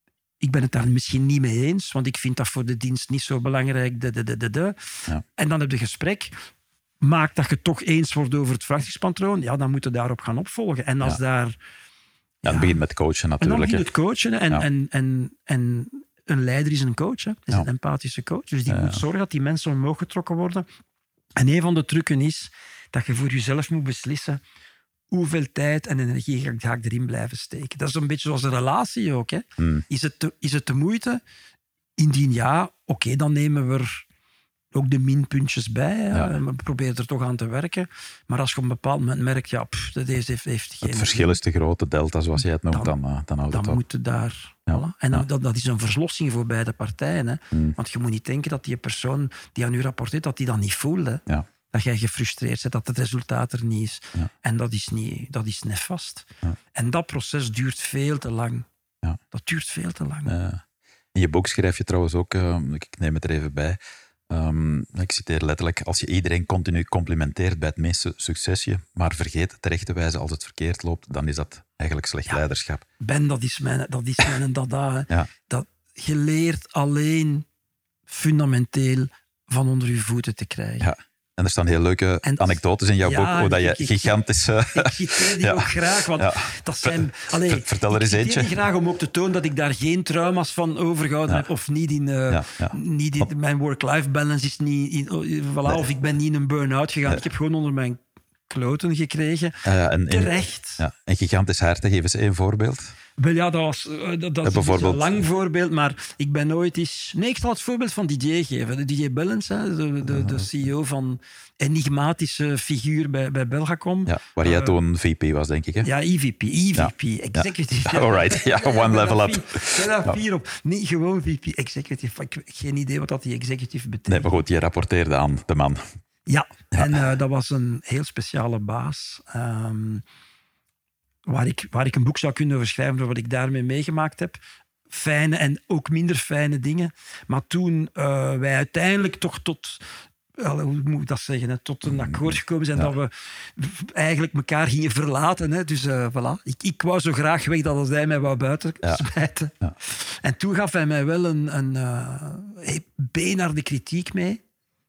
ik ben het daar misschien niet mee eens, want ik vind dat voor de dienst niet zo belangrijk. De, de, de, de, de. Ja. En dan heb je gesprek. Maak dat je toch eens wordt over het verwachtingspatroon, ja, dan moet je daarop gaan opvolgen. En als ja. daar... Ja, ja, het begint met coachen natuurlijk. En dan begint het coachen. En, ja. en, en, en een leider is een coach, hè. Is ja. een empathische coach. Dus die ja. moet zorgen dat die mensen omhoog getrokken worden. En een van de trucken is dat je voor jezelf moet beslissen hoeveel tijd en energie ga ik, ga ik erin blijven steken. Dat is een beetje zoals een relatie ook. Hè. Hmm. Is, het de, is het de moeite? Indien ja, oké, okay, dan nemen we er ook de minpuntjes bij. Ja. En we proberen er toch aan te werken. Maar als je op een bepaald moment merkt, ja, pff, dat heeft, heeft geen... Het verschil is te groot, de delta, zoals jij het noemt, dan, dan, dan houdt dan het op. moet je daar... Ja. Voilà. En dan, ja. dat, dat is een verslossing voor beide partijen. Hè. Hmm. Want je moet niet denken dat die persoon die aan u rapporteert, dat die dat niet voelde. Ja. Dat jij gefrustreerd bent, dat het resultaat er niet is. Ja. En dat is, niet, dat is nefast. Ja. En dat proces duurt veel te lang. Ja. Dat duurt veel te lang. Uh, in je boek schrijf je trouwens ook, uh, ik neem het er even bij, um, ik citeer letterlijk, als je iedereen continu complimenteert bij het meeste succesje, maar vergeet terecht te wijzen als het verkeerd loopt, dan is dat eigenlijk slecht ja. leiderschap. Ben, dat is mijn, dat is mijn dada. Ja. Dat, je leert alleen fundamenteel van onder je voeten te krijgen. Ja. En er staan heel leuke en, anekdotes in jouw ja, boek, hoe dat je ik, gigantische... Ik, ik citeer die ja. ook graag, want ja. dat zijn... Allee, Vertel er eens eentje. Ik citeer die graag om ook te tonen dat ik daar geen trauma's van overgehouden ja. heb, of niet in... Uh, ja, ja. niet in mijn work-life balance is niet... In, voilà, nee. Of ik ben niet in een burn-out gegaan. Nee. Ik heb gewoon onder mijn kloten gekregen. Uh, en, Terecht. Ja. Een gigantisch hart, geef eens één voorbeeld. Wel ja, dat, was, dat, dat is bijvoorbeeld... een lang voorbeeld, maar ik ben nooit eens... Nee, ik zal het voorbeeld van D J geven. De D J Bellens, hè, de, de, de C E O van enigmatische figuur bij, bij Belgacom. Ja, waar jij uh, toen V P was, denk ik. Hè? Ja, E V P. E V P, ja. Executive. Ja. All right, ja, yeah, one level up. Ik ben daar vier op. Niet gewoon V P, Executive. Ik heb geen idee wat dat die executive betekent. Nee, maar goed, je rapporteerde aan de man. Ja, ja. en uh, dat was een heel speciale baas. Um, Waar ik, waar ik een boek zou kunnen over schrijven over wat ik daarmee meegemaakt heb. Fijne en ook minder fijne dingen. Maar toen uh, wij uiteindelijk toch tot... Hoe moet ik dat zeggen? Hè, tot een akkoord gekomen zijn ja. dat we eigenlijk elkaar gingen verlaten. Hè. Dus uh, voilà. Ik, ik wou zo graag weg dat als hij mij wou buiten ja. smijten. Ja. En toen gaf hij mij wel een, een uh, beenharde kritiek mee.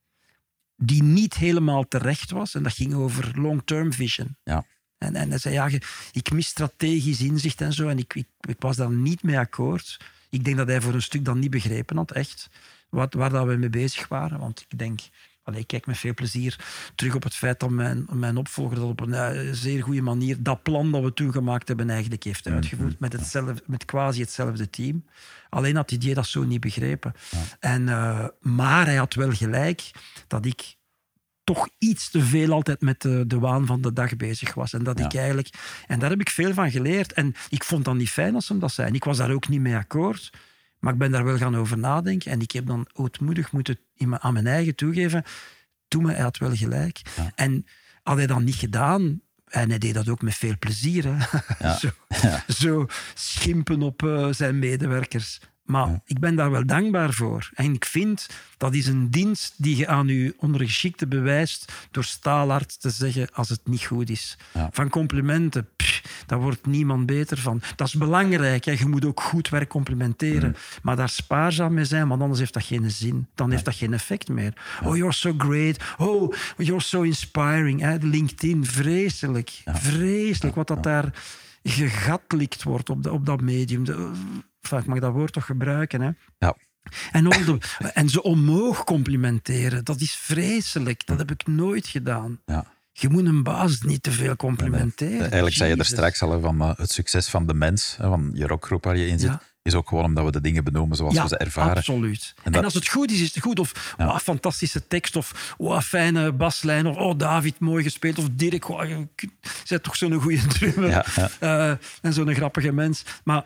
Die niet helemaal terecht was. En dat ging over long-term vision. Ja. En, en hij zei, ja, ik mis strategisch inzicht en zo. En ik, ik, ik was daar niet mee akkoord. Ik denk dat hij voor een stuk dan niet begrepen had, echt. Wat, waar dat we mee bezig waren. Want ik denk, allee, ik kijk met veel plezier terug op het feit dat mijn, mijn opvolger dat op een uh, zeer goede manier dat plan dat we toen gemaakt hebben eigenlijk heeft uitgevoerd. Met, hetzelfde, met quasi hetzelfde team. Alleen had die dat zo niet begrepen. Ja. En, uh, maar hij had wel gelijk dat ik toch iets te veel altijd met de, de waan van de dag bezig was. En dat Ja. ik eigenlijk... En daar heb ik veel van geleerd. En ik vond dat niet fijn als ze dat zei. Ik was daar ook niet mee akkoord. Maar ik ben daar wel gaan over nadenken. En ik heb dan ootmoedig moeten in mijn- aan mijn eigen toegeven... Toen me, hij had wel gelijk. Ja. En had hij dat niet gedaan... En hij deed dat ook met veel plezier. Hè. Ja. zo, Ja. zo schimpen op uh, zijn medewerkers. Maar Ja. ik ben daar wel dankbaar voor. En ik vind, dat is een dienst die je aan je ondergeschikte bewijst door staalhard te zeggen als het niet goed is. Ja. Van complimenten, pff, daar wordt niemand beter van. Dat is belangrijk. Hè. Je moet ook goed werk complimenteren. Mm. Maar daar spaarzaam mee zijn, want anders heeft dat geen zin. Dan ja. heeft dat geen effect meer. Ja. Oh, you're so great. Oh, you're so inspiring. Hè. LinkedIn, vreselijk. Ja. Vreselijk wat dat ja. daar gegatlikt wordt op, de, op dat medium. De, Enfin, ik mag dat woord toch gebruiken. Hè? Ja. En, de, en ze omhoog complimenteren, dat is vreselijk. Dat heb ik nooit gedaan. Ja. Je moet een baas niet te veel complimenteren. Nee, nee. Eigenlijk zei je er straks al van uh, het succes van de mens, hè, van je rockgroep waar je in zit, ja. is ook gewoon omdat we de dingen benoemen zoals ja, we ze ervaren. Absoluut. En, en, dat... en als het goed is, is het goed. Of ja. oh, fantastische tekst, of oh, fijne baslijn, of oh, David, mooi gespeeld, of Dirk, oh, je bent toch zo'n goede drummer. Ja, ja. Uh, en zo'n grappige mens. Maar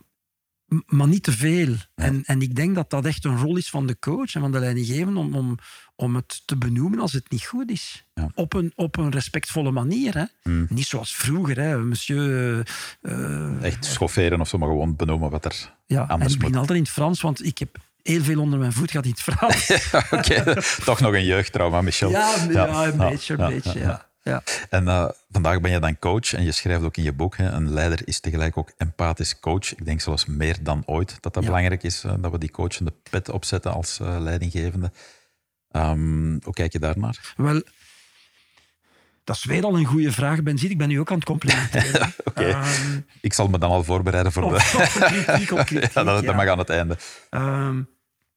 Maar niet te veel. Ja. En, en ik denk dat dat echt een rol is van de coach en van de leidinggevende om, om, om het te benoemen als het niet goed is. Ja. Op, een, op een respectvolle manier. Hè. Mm. Niet zoals vroeger, hè. Monsieur... Uh, echt schofferen of zo, maar gewoon benoemen wat er ja, anders en ik moet. begin altijd in het Frans, want ik heb heel veel onder mijn voet gehad in het Frans. ja, Oké, okay. Toch nog een jeugdtrauma, Michel. Ja, ja, ja een ja, beetje, een ja, beetje, ja. ja. Ja. En uh, vandaag ben je dan coach en je schrijft ook in je boek, hè, een leider is tegelijk ook empathisch coach. Ik denk zelfs meer dan ooit dat dat ja. belangrijk is, uh, dat we die coachende pet opzetten als uh, leidinggevende. Um, hoe kijk je daarnaar? Wel, dat is weer al een goede vraag, Benzit. Ik ben nu ook aan het complimenteren. Oké, okay. um, ik zal me dan al voorbereiden voor op, de... Op kritiek, op kritiek, ja, dat, ja. dat mag aan het einde. Um,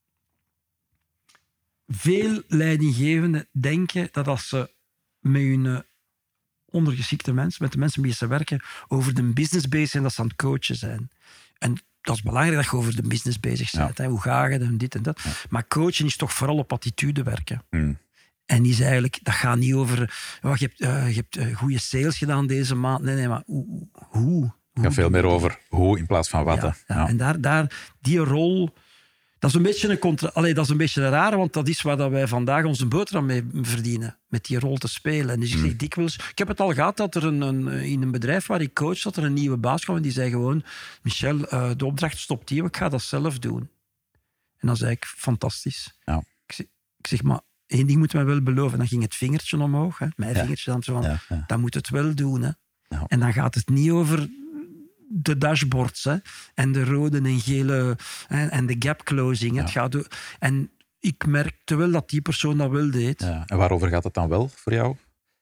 veel leidinggevenden denken dat als ze met hun ondergeschikte mensen, met de mensen met wie ze werken, over de business bezig zijn, dat ze aan het coachen zijn. En dat is belangrijk dat je over de business bezig bent. Ja. Hè? Hoe ga je en dit en dat. Ja. Maar coachen is toch vooral op attitude werken. Mm. En is eigenlijk, dat gaat niet over, oh, je hebt, uh, je hebt uh, goede sales gedaan deze maand. Nee, nee, maar hoe? hoe het gaat veel meer over hoe in plaats van wat. Ja, ja. Ja. En daar, daar, die rol... Dat is een beetje een contra... Allee, dat is een beetje raar, want dat is waar dat wij vandaag onze boterham mee verdienen. Met die rol te spelen. En dus ik zeg dikwijls... Ik heb het al gehad dat er een, een, in een bedrijf waar ik coach, dat er een nieuwe baas kwam en die zei gewoon, Michel, uh, de opdracht stopt hier, ik ga dat zelf doen. En dan zei ik, fantastisch. Ja. Ik, zeg, ik zeg, maar één ding moeten we wel beloven. Dan ging het vingertje omhoog, hè, mijn ja. vingertje dan zo van, ja, ja. dan moet het wel doen. Hè. Ja. En dan gaat het niet over... de dashboards hè, en de rode en gele hè, en de gap closing. Ja. Het gaat do- en ik merkte wel dat die persoon dat wel deed. Ja. En waarover gaat het dan wel voor jou?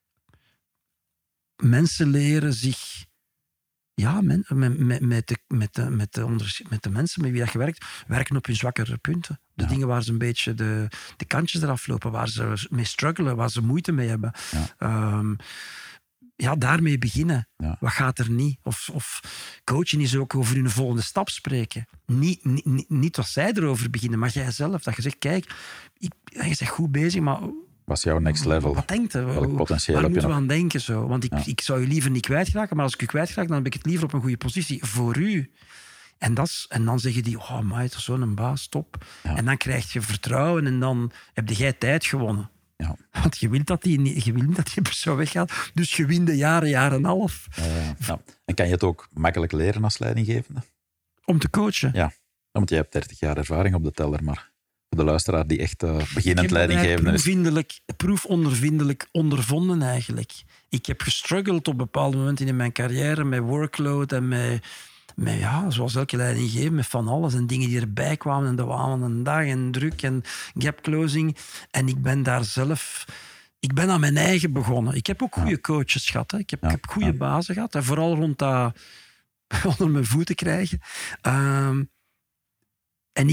Mensen leren zich... Ja, men, met, met, met, de, met, de, met, de onder, met de mensen met wie je werkt, werken op hun zwakkere punten. De ja. dingen waar ze een beetje de, de kantjes eraf lopen, waar ze mee struggelen, waar ze moeite mee hebben. Ja. Um, Ja, daarmee beginnen. Ja. Wat gaat er niet? Of, of coachen is ook over hun volgende stap spreken. Niet, niet, niet wat zij erover beginnen, maar jij zelf. Dat je zegt, kijk, ik, je bent goed bezig, maar... Wat is jouw next level? Wat denkt je? Welk potentieel Waar heb je moeten we nog? aan denken? Zo? Want ik, ja. ik zou je liever niet kwijtraken, maar als ik je kwijtraak, dan heb ik het liever op een goede positie voor u. En, dat is, en dan zeggen die, oh, maar het is zo'n baas, top. Ja. En dan krijg je vertrouwen en dan heb jij tijd gewonnen. Ja. Want je wilt dat die, je wilt dat die persoon weggaat. Dus je wint de jaren, jaren en een half. Uh, ja. En kan je het ook makkelijk leren als leidinggevende? Om te coachen? Ja, want je hebt dertig jaar ervaring op de teller. Maar voor de luisteraar die echt uh, beginnend leidinggevende is... Proefondervindelijk, proefondervindelijk ondervonden eigenlijk. Ik heb gestruggeld op bepaalde momenten in mijn carrière met workload en met... Met, ja, zoals elke leidinggever, met van alles en dingen die erbij kwamen en dat waren een dag en druk en gap closing. En ik ben daar zelf... Ik ben aan mijn eigen begonnen. Ik heb ook goede ja. coaches gehad. Hè. Ik heb, ja. heb goede ja. bazen gehad. En vooral rond dat onder mijn voeten krijgen. Um, en ik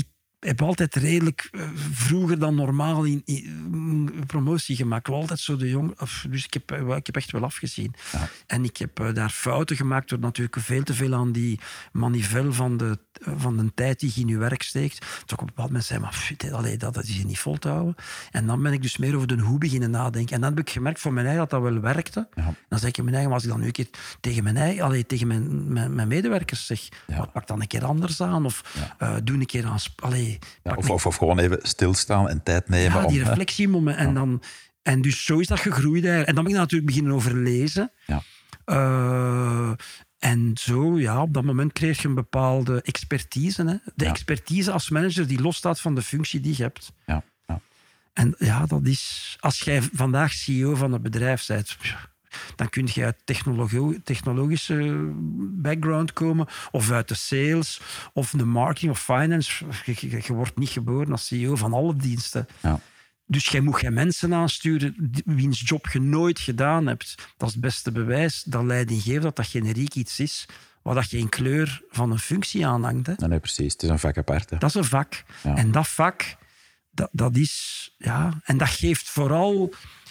heb altijd redelijk uh, vroeger dan normaal in, in, promotie gemaakt. Altijd zo de jong, of, dus ik heb, uh, ik heb echt wel afgezien. Ja. En ik heb uh, daar fouten gemaakt door natuurlijk veel te veel aan die manivel van de, uh, van de tijd die je in je werk steekt. Toen ik op een bepaald moment zei, maar pff, allee, dat, dat is je niet vol te houden. En dan ben ik dus meer over de hoe beginnen nadenken. En dan heb ik gemerkt voor mijn eigen dat dat wel werkte. Ja. Dan zeg ik mijn eigen, maar als ik dan nu een keer tegen mijn, eigen, allee, tegen mijn, mijn, mijn medewerkers zeg, ja. wat, pak dan een keer anders aan. Of ja. uh, doe een keer aan... Allee, ja, of, of, of gewoon even stilstaan en tijd nemen. Ja, die om, reflectiemoment. En, dan, en dus zo is dat gegroeid. En dan ben ik natuurlijk beginnen overlezen. Ja. Uh, en zo, ja, op dat moment kreeg je een bepaalde expertise. Hè? De ja. expertise als manager die losstaat van de functie die je hebt. Ja. Ja. En ja, dat is... Als jij vandaag C E O van een bedrijf bent... dan kun je uit technologie, technologische background komen, of uit de sales, of de marketing of finance. Je, je, je wordt niet geboren als C E O van alle diensten. Ja. Dus jij moet geen mensen aansturen wiens job je nooit gedaan hebt. Dat is het beste bewijs dat leidinggeven dat dat generiek iets is waar dat geen kleur van een functie aanhangt. Hè. Nee, nee, precies. Het is een vak apart. Hè. Dat is een vak. Ja. En dat vak, dat, dat is... Ja, en dat geeft vooral...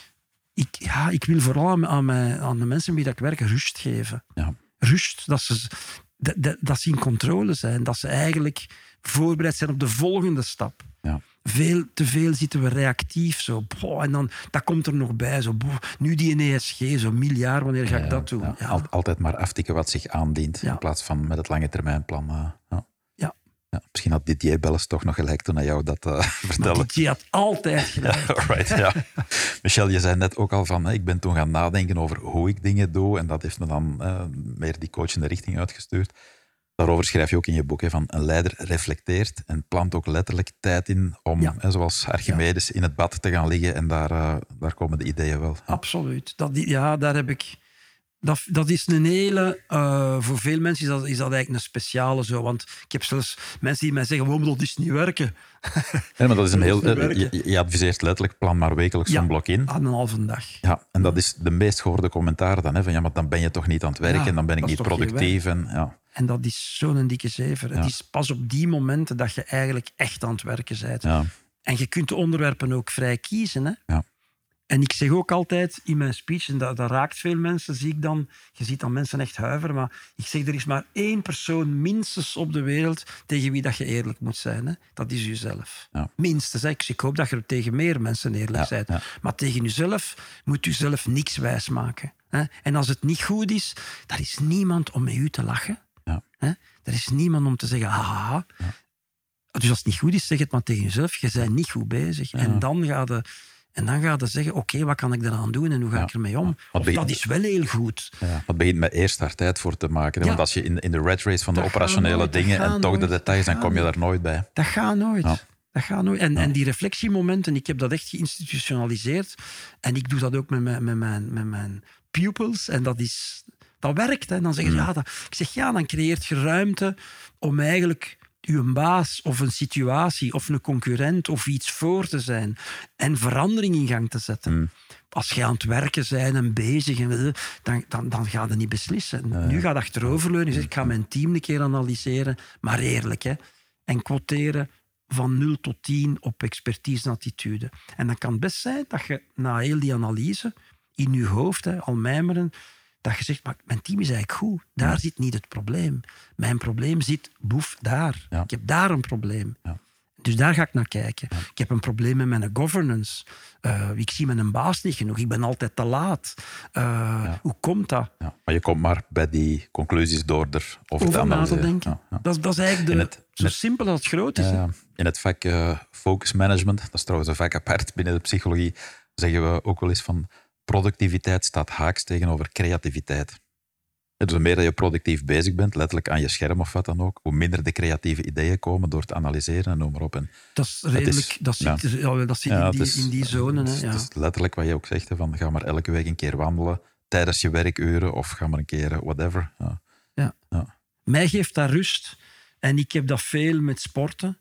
Ik, ja, ik wil vooral aan, aan, mijn, aan de mensen met wie ik werk rust geven. Ja. Rust, dat ze, dat, dat, dat ze in controle zijn. Dat ze eigenlijk voorbereid zijn op de volgende stap. Ja. Veel te veel zitten we reactief. Zo, boah, en dan, dat komt er nog bij. Zo, boah, nu die E S G, zo miljard, wanneer ga ik ja, dat doen? Ja. Ja. Al, altijd maar aftikken wat zich aandient. Ja. In plaats van met het lange termijnplan. Uh, ja. Ja. Ja, misschien had Didier Belles toch nog gelijk toen hij jou dat uh, vertelde. Maar Didier had altijd gelijk. Ja, right, ja. Michel, je zei net ook al van, ik ben toen gaan nadenken over hoe ik dingen doe. En dat heeft me dan uh, meer die coachende richting uitgestuurd. Daarover schrijf je ook in je boek, hè, van een leider reflecteert en plant ook letterlijk tijd in om, ja. hè, zoals Archimedes, ja. in het bad te gaan liggen. En daar, uh, daar komen de ideeën wel. Ja. Absoluut. Dat, ja, daar heb ik... Dat, dat is een hele... Uh, voor veel mensen is dat, is dat eigenlijk een speciale zo. Want ik heb zelfs mensen die mij zeggen, waarom dat is niet werken? Ja, maar dat is een heel... Uh, je, je adviseert letterlijk, plan maar wekelijks ja, een blok in. aan een halve dag. Ja, en dat is de meest gehoorde commentaar dan. Hè, van ja, maar dan ben je toch niet aan het werken, ja, dan ben ik niet productief. En, ja. en dat is zo'n dikke zever. Ja. Het is pas op die momenten dat je eigenlijk echt aan het werken bent. Ja. En je kunt de onderwerpen ook vrij kiezen. Hè? Ja. En ik zeg ook altijd in mijn speech, en dat, dat raakt veel mensen, zie ik dan, je ziet dan mensen echt huiveren, maar ik zeg, er is maar één persoon minstens op de wereld tegen wie dat je eerlijk moet zijn. Hè? Dat is jezelf. Ja. Minstens. Hè? Ik hoop dat je tegen meer mensen eerlijk ja, bent. Ja. Maar tegen jezelf moet je zelf niks wijsmaken. Hè? En als het niet goed is, er is niemand om met u te lachen. Ja. Hè? Er is niemand om te zeggen, haha. Ja. Dus als het niet goed is, zeg het maar tegen jezelf. Je bent niet goed bezig. Ja. En dan ga je... En dan ga je zeggen, oké, okay, wat kan ik eraan doen en hoe ga ja. ik ermee om? Of begint, dat is wel heel goed. Ja, het begint met eerst daar tijd voor te maken. Ja. Want als je in, in de rat race van de dat operationele nooit, dingen en toch nooit, de details, dan kom je daar nooit bij. Dat gaat nooit. Ja. Dat gaat nooit. En, ja. en die reflectiemomenten, ik heb dat echt geïnstitutionaliseerd. En ik doe dat ook met mijn, met mijn, met mijn pupils. En dat, is, dat werkt. Hè. En dan zeggen ze, mm. ja, dat, ik zeg, ja, dan creëert je ruimte om eigenlijk... uw baas of een situatie of een concurrent of iets voor te zijn en verandering in gang te zetten. Mm. Als je aan het werken bent en bezig, en, dan, dan, dan ga je niet beslissen. Ja, ja. Nu ga je achteroverleunen en zeg ik ga mijn team een keer analyseren, maar eerlijk, hè. En quoteren van nul tot tien op expertise en attitude. En dan kan het best zijn dat je na heel die analyse in je hoofd, hè, al mijmeren, dat je zegt, maar mijn team is eigenlijk goed. Daar ja. zit niet het probleem. Mijn probleem zit, boef, daar. Ja. Ik heb daar een probleem. Ja. Dus daar ga ik naar kijken. Ja. Ik heb een probleem met mijn governance. Uh, ik zie mijn baas niet genoeg. Ik ben altijd te laat. Uh, ja. Hoe komt dat? Ja. Maar je komt maar bij die conclusies door er over, over te analyseren. Na te denken. Ja. Ja. Dat, dat is eigenlijk de, het, zo het, simpel als het groot is. Uh, in het vak uh, focus management, dat is trouwens een vak apart binnen de psychologie, zeggen we ook wel eens van... Productiviteit staat haaks tegenover creativiteit. Dus hoe meer dat je productief bezig bent, letterlijk aan je scherm of wat dan ook, hoe minder de creatieve ideeën komen door te analyseren en noem maar op. En dat is redelijk, is, dat zit, ja. Ja, dat zit ja, in, die, is, in die zone. Het is, hè, ja. het is letterlijk wat je ook zegt, van, ga maar elke week een keer wandelen tijdens je werkuren of ga maar een keer whatever. Ja. Ja. Ja. Mij geeft dat rust en ik heb dat veel met sporten.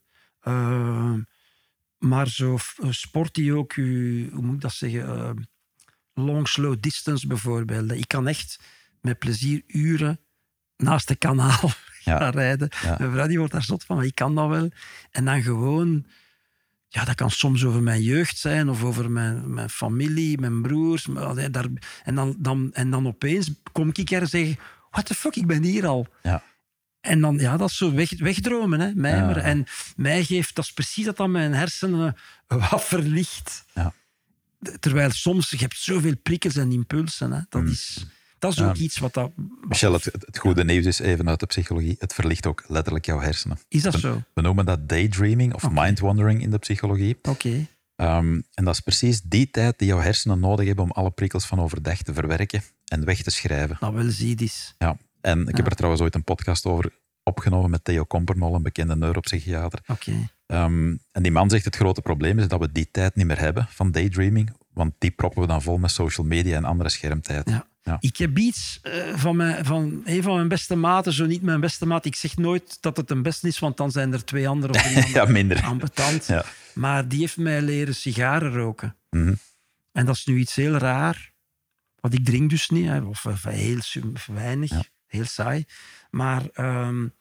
Uh, maar zo sport die ook, u, hoe moet ik dat zeggen... Uh, long, slow distance bijvoorbeeld. Ik kan echt met plezier uren naast de kanaal ja. gaan rijden. Ja. Mijn vrouw die wordt daar zot van, maar ik kan dat wel. En dan gewoon... Ja, dat kan soms over mijn jeugd zijn of over mijn, mijn familie, mijn broers. Maar, daar, en, dan, dan, en dan opeens kom ik er en zeg... What the fuck, ik ben hier al. Ja. En dan, ja, dat is zo weg, wegdromen, hè, mijmer. Ja. En mij geeft, dat is precies dat dat mijn hersenen wat verlicht. Ja. Terwijl soms, je hebt zoveel prikkels en impulsen. Hè. Dat, mm. is, dat is ook ja. iets wat dat... Michel, het, het goede nieuws is, even uit de psychologie, het verlicht ook letterlijk jouw hersenen. Is dat we, zo? We noemen dat daydreaming of okay. mindwandering in de psychologie. Oké. Okay. Um, en dat is precies die tijd die jouw hersenen nodig hebben om alle prikkels van overdag te verwerken en weg te schrijven. Nou, wel zie dis. Ja. En ik ja. heb er trouwens ooit een podcast over opgenomen met Theo Kompernol, een bekende neuropsychiater. Okay. Um, en die man zegt het grote probleem is dat we die tijd niet meer hebben van daydreaming, want die proppen we dan vol met social media en andere schermtijd. Ja. Ja. Ik heb iets uh, van, mijn, van een van mijn beste maten, zo niet mijn beste maat. Ik zeg nooit dat het een beste is, want dan zijn er twee andere of drie ja, minder ambetant. Ja. Maar die heeft mij leren sigaren roken. Mm-hmm. En dat is nu iets heel raar. Want ik drink dus niet, hè, of, of heel weinig, ja. heel saai. Maar um,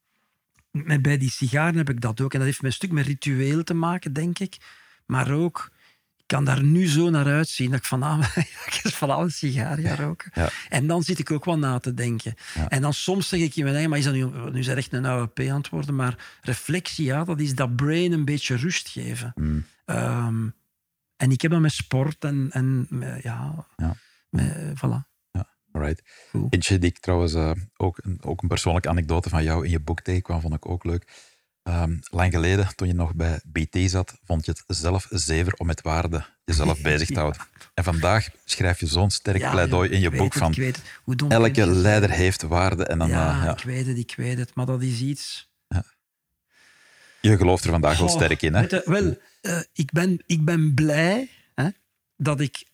met, bij die sigaren heb ik dat ook. En dat heeft met een stuk met ritueel te maken, denk ik. Maar ook... Ik kan daar nu zo naar uitzien dat ik vanavond van een sigaar ga roken. Ja. En dan zit ik ook wel na te denken. Ja. En dan soms zeg ik in mijn eigen, maar is dat nu, nu is dat echt een oude P aan het worden, maar reflectie, ja, dat is dat brain een beetje rust geven. Mm. Um, en ik heb dat met sport en, en ja, ja. Met, voilà. Ja, right. Eentje die ik trouwens uh, ook, een, ook een persoonlijke anekdote van jou in je boek tegenkwam, vond ik ook leuk. Um, lang geleden, toen je nog bij B T zat, vond je het zelf zever om met waarde jezelf bezig te houden. Ja. En vandaag schrijf je zo'n sterk ja, pleidooi in je boek het, van elke leider heeft waarde. En dan, ja, uh, ja, ik weet het, ik weet het, maar dat is iets... Ja. Je gelooft er vandaag oh, wel sterk in, hè? Je, wel, uh, ik, ben, ik ben blij hè, dat ik...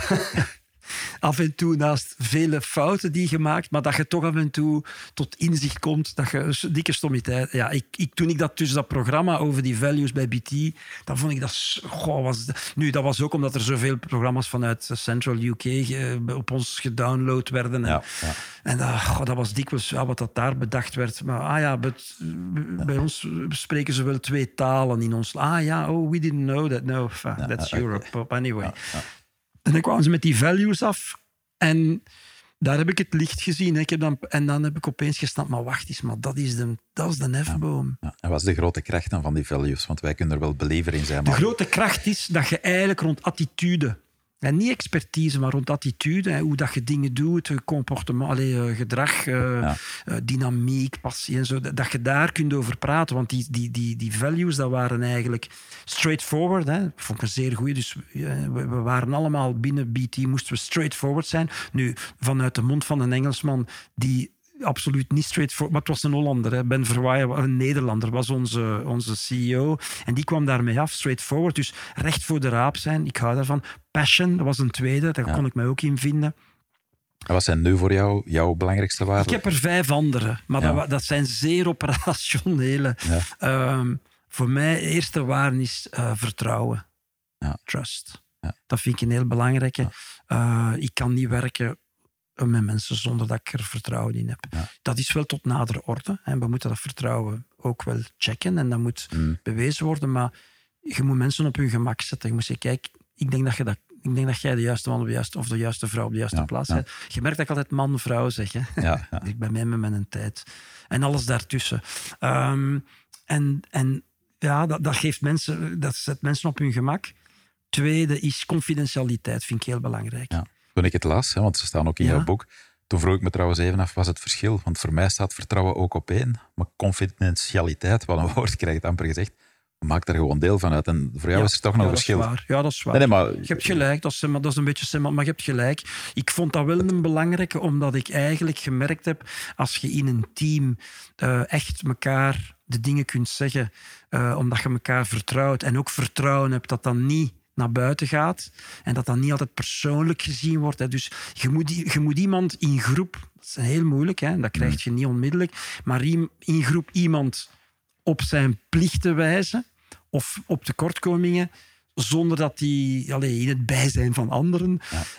af en toe naast vele fouten die je maakt, maar dat je toch af en toe tot inzicht komt, dat je dikke stommiteit... Ja, ik, ik, toen ik dat tussen dat programma over die values bij B T, dan vond ik dat... Goh, was, nu, dat was ook omdat er zoveel programma's vanuit Central U K uh, op ons gedownload werden. En, ja, ja. en dat, goh, dat was dikwijls ja, wat dat daar bedacht werd. Maar ah ja, bet, bij ons spreken ze wel twee talen in ons... Ah ja, oh, we didn't know that. No, that's ja, Europe. Okay. Anyway... Ja, ja. En dan kwamen ze met die values af. En daar heb ik het licht gezien. Hè. Ik heb dan, en dan heb ik opeens gestaan, maar wacht eens, maar dat is de, dat is de hefboom. Ja, ja. En wat is de grote kracht dan van die values? Want wij kunnen er wel believer in zijn. Maar... De grote kracht is dat je eigenlijk rond attitude... En niet expertise, maar rond attitude. Hè, hoe dat je dingen doet, comportement, allez, gedrag, uh, ja. uh, dynamiek, passie en zo. Dat je daar kunt over praten. Want die, die, die, die values, dat waren eigenlijk straightforward. Hè. Dat vond ik een zeer goeie. Dus uh, we, we waren allemaal binnen B T, moesten we straightforward zijn. Nu, vanuit de mond van een Engelsman die... absoluut niet straightforward, maar het was een Hollander. Hè. Ben Verwaaien, een Nederlander, was onze, onze C E O. En die kwam daarmee af, straightforward. Dus recht voor de raap zijn, ik hou daarvan. Passion, dat was een tweede, daar ja. kon ik mij ook in vinden. En wat zijn nu voor jou jouw belangrijkste waarden? Ik heb er vijf andere, maar ja. dat, dat zijn zeer operationele. Ja. Um, voor mij, de eerste waarde is uh, vertrouwen. Ja. Trust. Ja. Dat vind ik een heel belangrijke. Ja. Uh, ik kan niet werken met mensen zonder dat ik er vertrouwen in heb. Ja. Dat is wel tot nadere orde. En we moeten dat vertrouwen ook wel checken. En dat moet mm. bewezen worden. Maar je moet mensen op hun gemak zetten. Je moet zeggen, kijk, ik denk dat, je dat, ik denk dat jij de juiste man op de juiste, of de juiste vrouw op de juiste ja, plaats ja. bent. Je merkt dat ik altijd man-vrouw zeg. Hè? Ja, ja. Ik ben mee met mijn tijd. En alles daartussen. Um, en, en ja, dat, dat, geeft mensen, dat zet mensen op hun gemak. Tweede is confidentialiteit. Vind ik heel belangrijk. Ja. Toen ik het las, hè, want ze staan ook in ja. jouw boek, toen vroeg ik me trouwens even af, wat is het verschil? Want voor mij staat vertrouwen ook op één, maar confidentialiteit, wat een woord krijgt amper gezegd, maakt er gewoon deel van uit. En voor jou ja, is er toch ja, nog een verschil. Waar. Ja, dat is waar. Nee, nee, maar... Je hebt gelijk, dat is, dat is een beetje... Maar je hebt gelijk. Ik vond dat wel een belangrijke, omdat ik eigenlijk gemerkt heb, als je in een team uh, echt elkaar de dingen kunt zeggen, uh, omdat je elkaar vertrouwt, en ook vertrouwen hebt dat dan niet naar buiten gaat en dat dat niet altijd persoonlijk gezien wordt. Hè. Dus je moet, je moet iemand in groep... Dat is heel moeilijk, hè. Dat krijg je niet onmiddellijk. Maar in groep iemand op zijn plichten wijzen of op tekortkomingen, zonder dat die allee, in het bijzijn van anderen... Ja.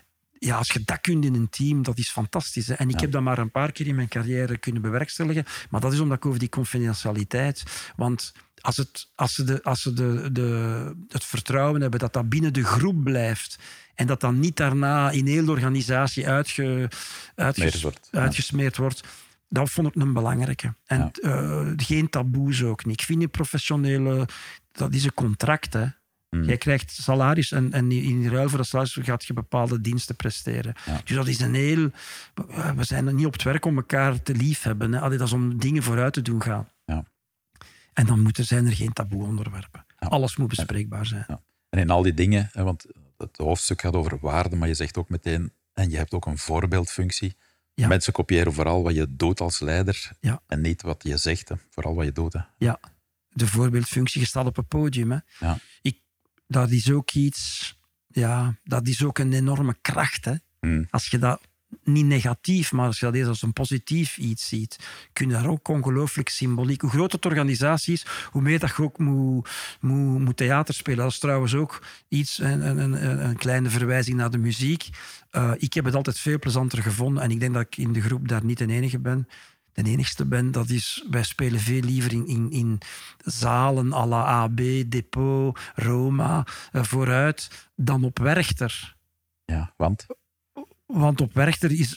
ja, als je dat kunt in een team, dat is fantastisch. Hè? En ik ja. heb dat maar een paar keer in mijn carrière kunnen bewerkstelligen. Maar dat is omdat ik over die confidentialiteit... Want als, het, als ze, de, als ze de, de, het vertrouwen hebben dat dat binnen de groep blijft en dat dat niet daarna in heel de organisatie uitge, uitges, wordt, uitgesmeerd ja. wordt... Dat vond ik een belangrijke. En ja. uh, geen taboes ook niet. Ik vind die professionele... Dat is een contract, hè. Mm. Jij krijgt salaris en, en in ruil voor dat salaris gaat je bepaalde diensten presteren. Ja. Dus dat is een heel... We zijn er niet op het werk om elkaar te lief hebben. Hè. Allee, dat is om dingen vooruit te doen gaan. Ja. En dan moeten, zijn er geen taboe-onderwerpen. Ja. Alles moet bespreekbaar zijn. Ja. En in al die dingen, hè, want het hoofdstuk gaat over waarden, maar je zegt ook meteen... En je hebt ook een voorbeeldfunctie. Ja. Mensen kopiëren vooral wat je doet als leider ja. en niet wat je zegt. Hè. Vooral wat je doet. Hè. Ja, de voorbeeldfunctie, je staat op een podium. Hè. Ja. Ik, dat is ook iets... Ja, dat is ook een enorme kracht. Hè. Hmm. Als je dat niet negatief, maar als je dat eens als een positief iets ziet, kun je daar ook ongelooflijk symboliek... Hoe groter het organisatie is, hoe meer dat je ook moet, moet, moet theater spelen. Dat is trouwens ook iets, een, een, een kleine verwijzing naar de muziek. Uh, ik heb het altijd veel plezanter gevonden en ik denk dat ik in de groep daar niet de enige ben. De enigste ben, dat is... Wij spelen veel liever in, in, in zalen à la A B, Depot, Roma, uh, vooruit, dan op Werchter. Ja, want... Want op Werchter is...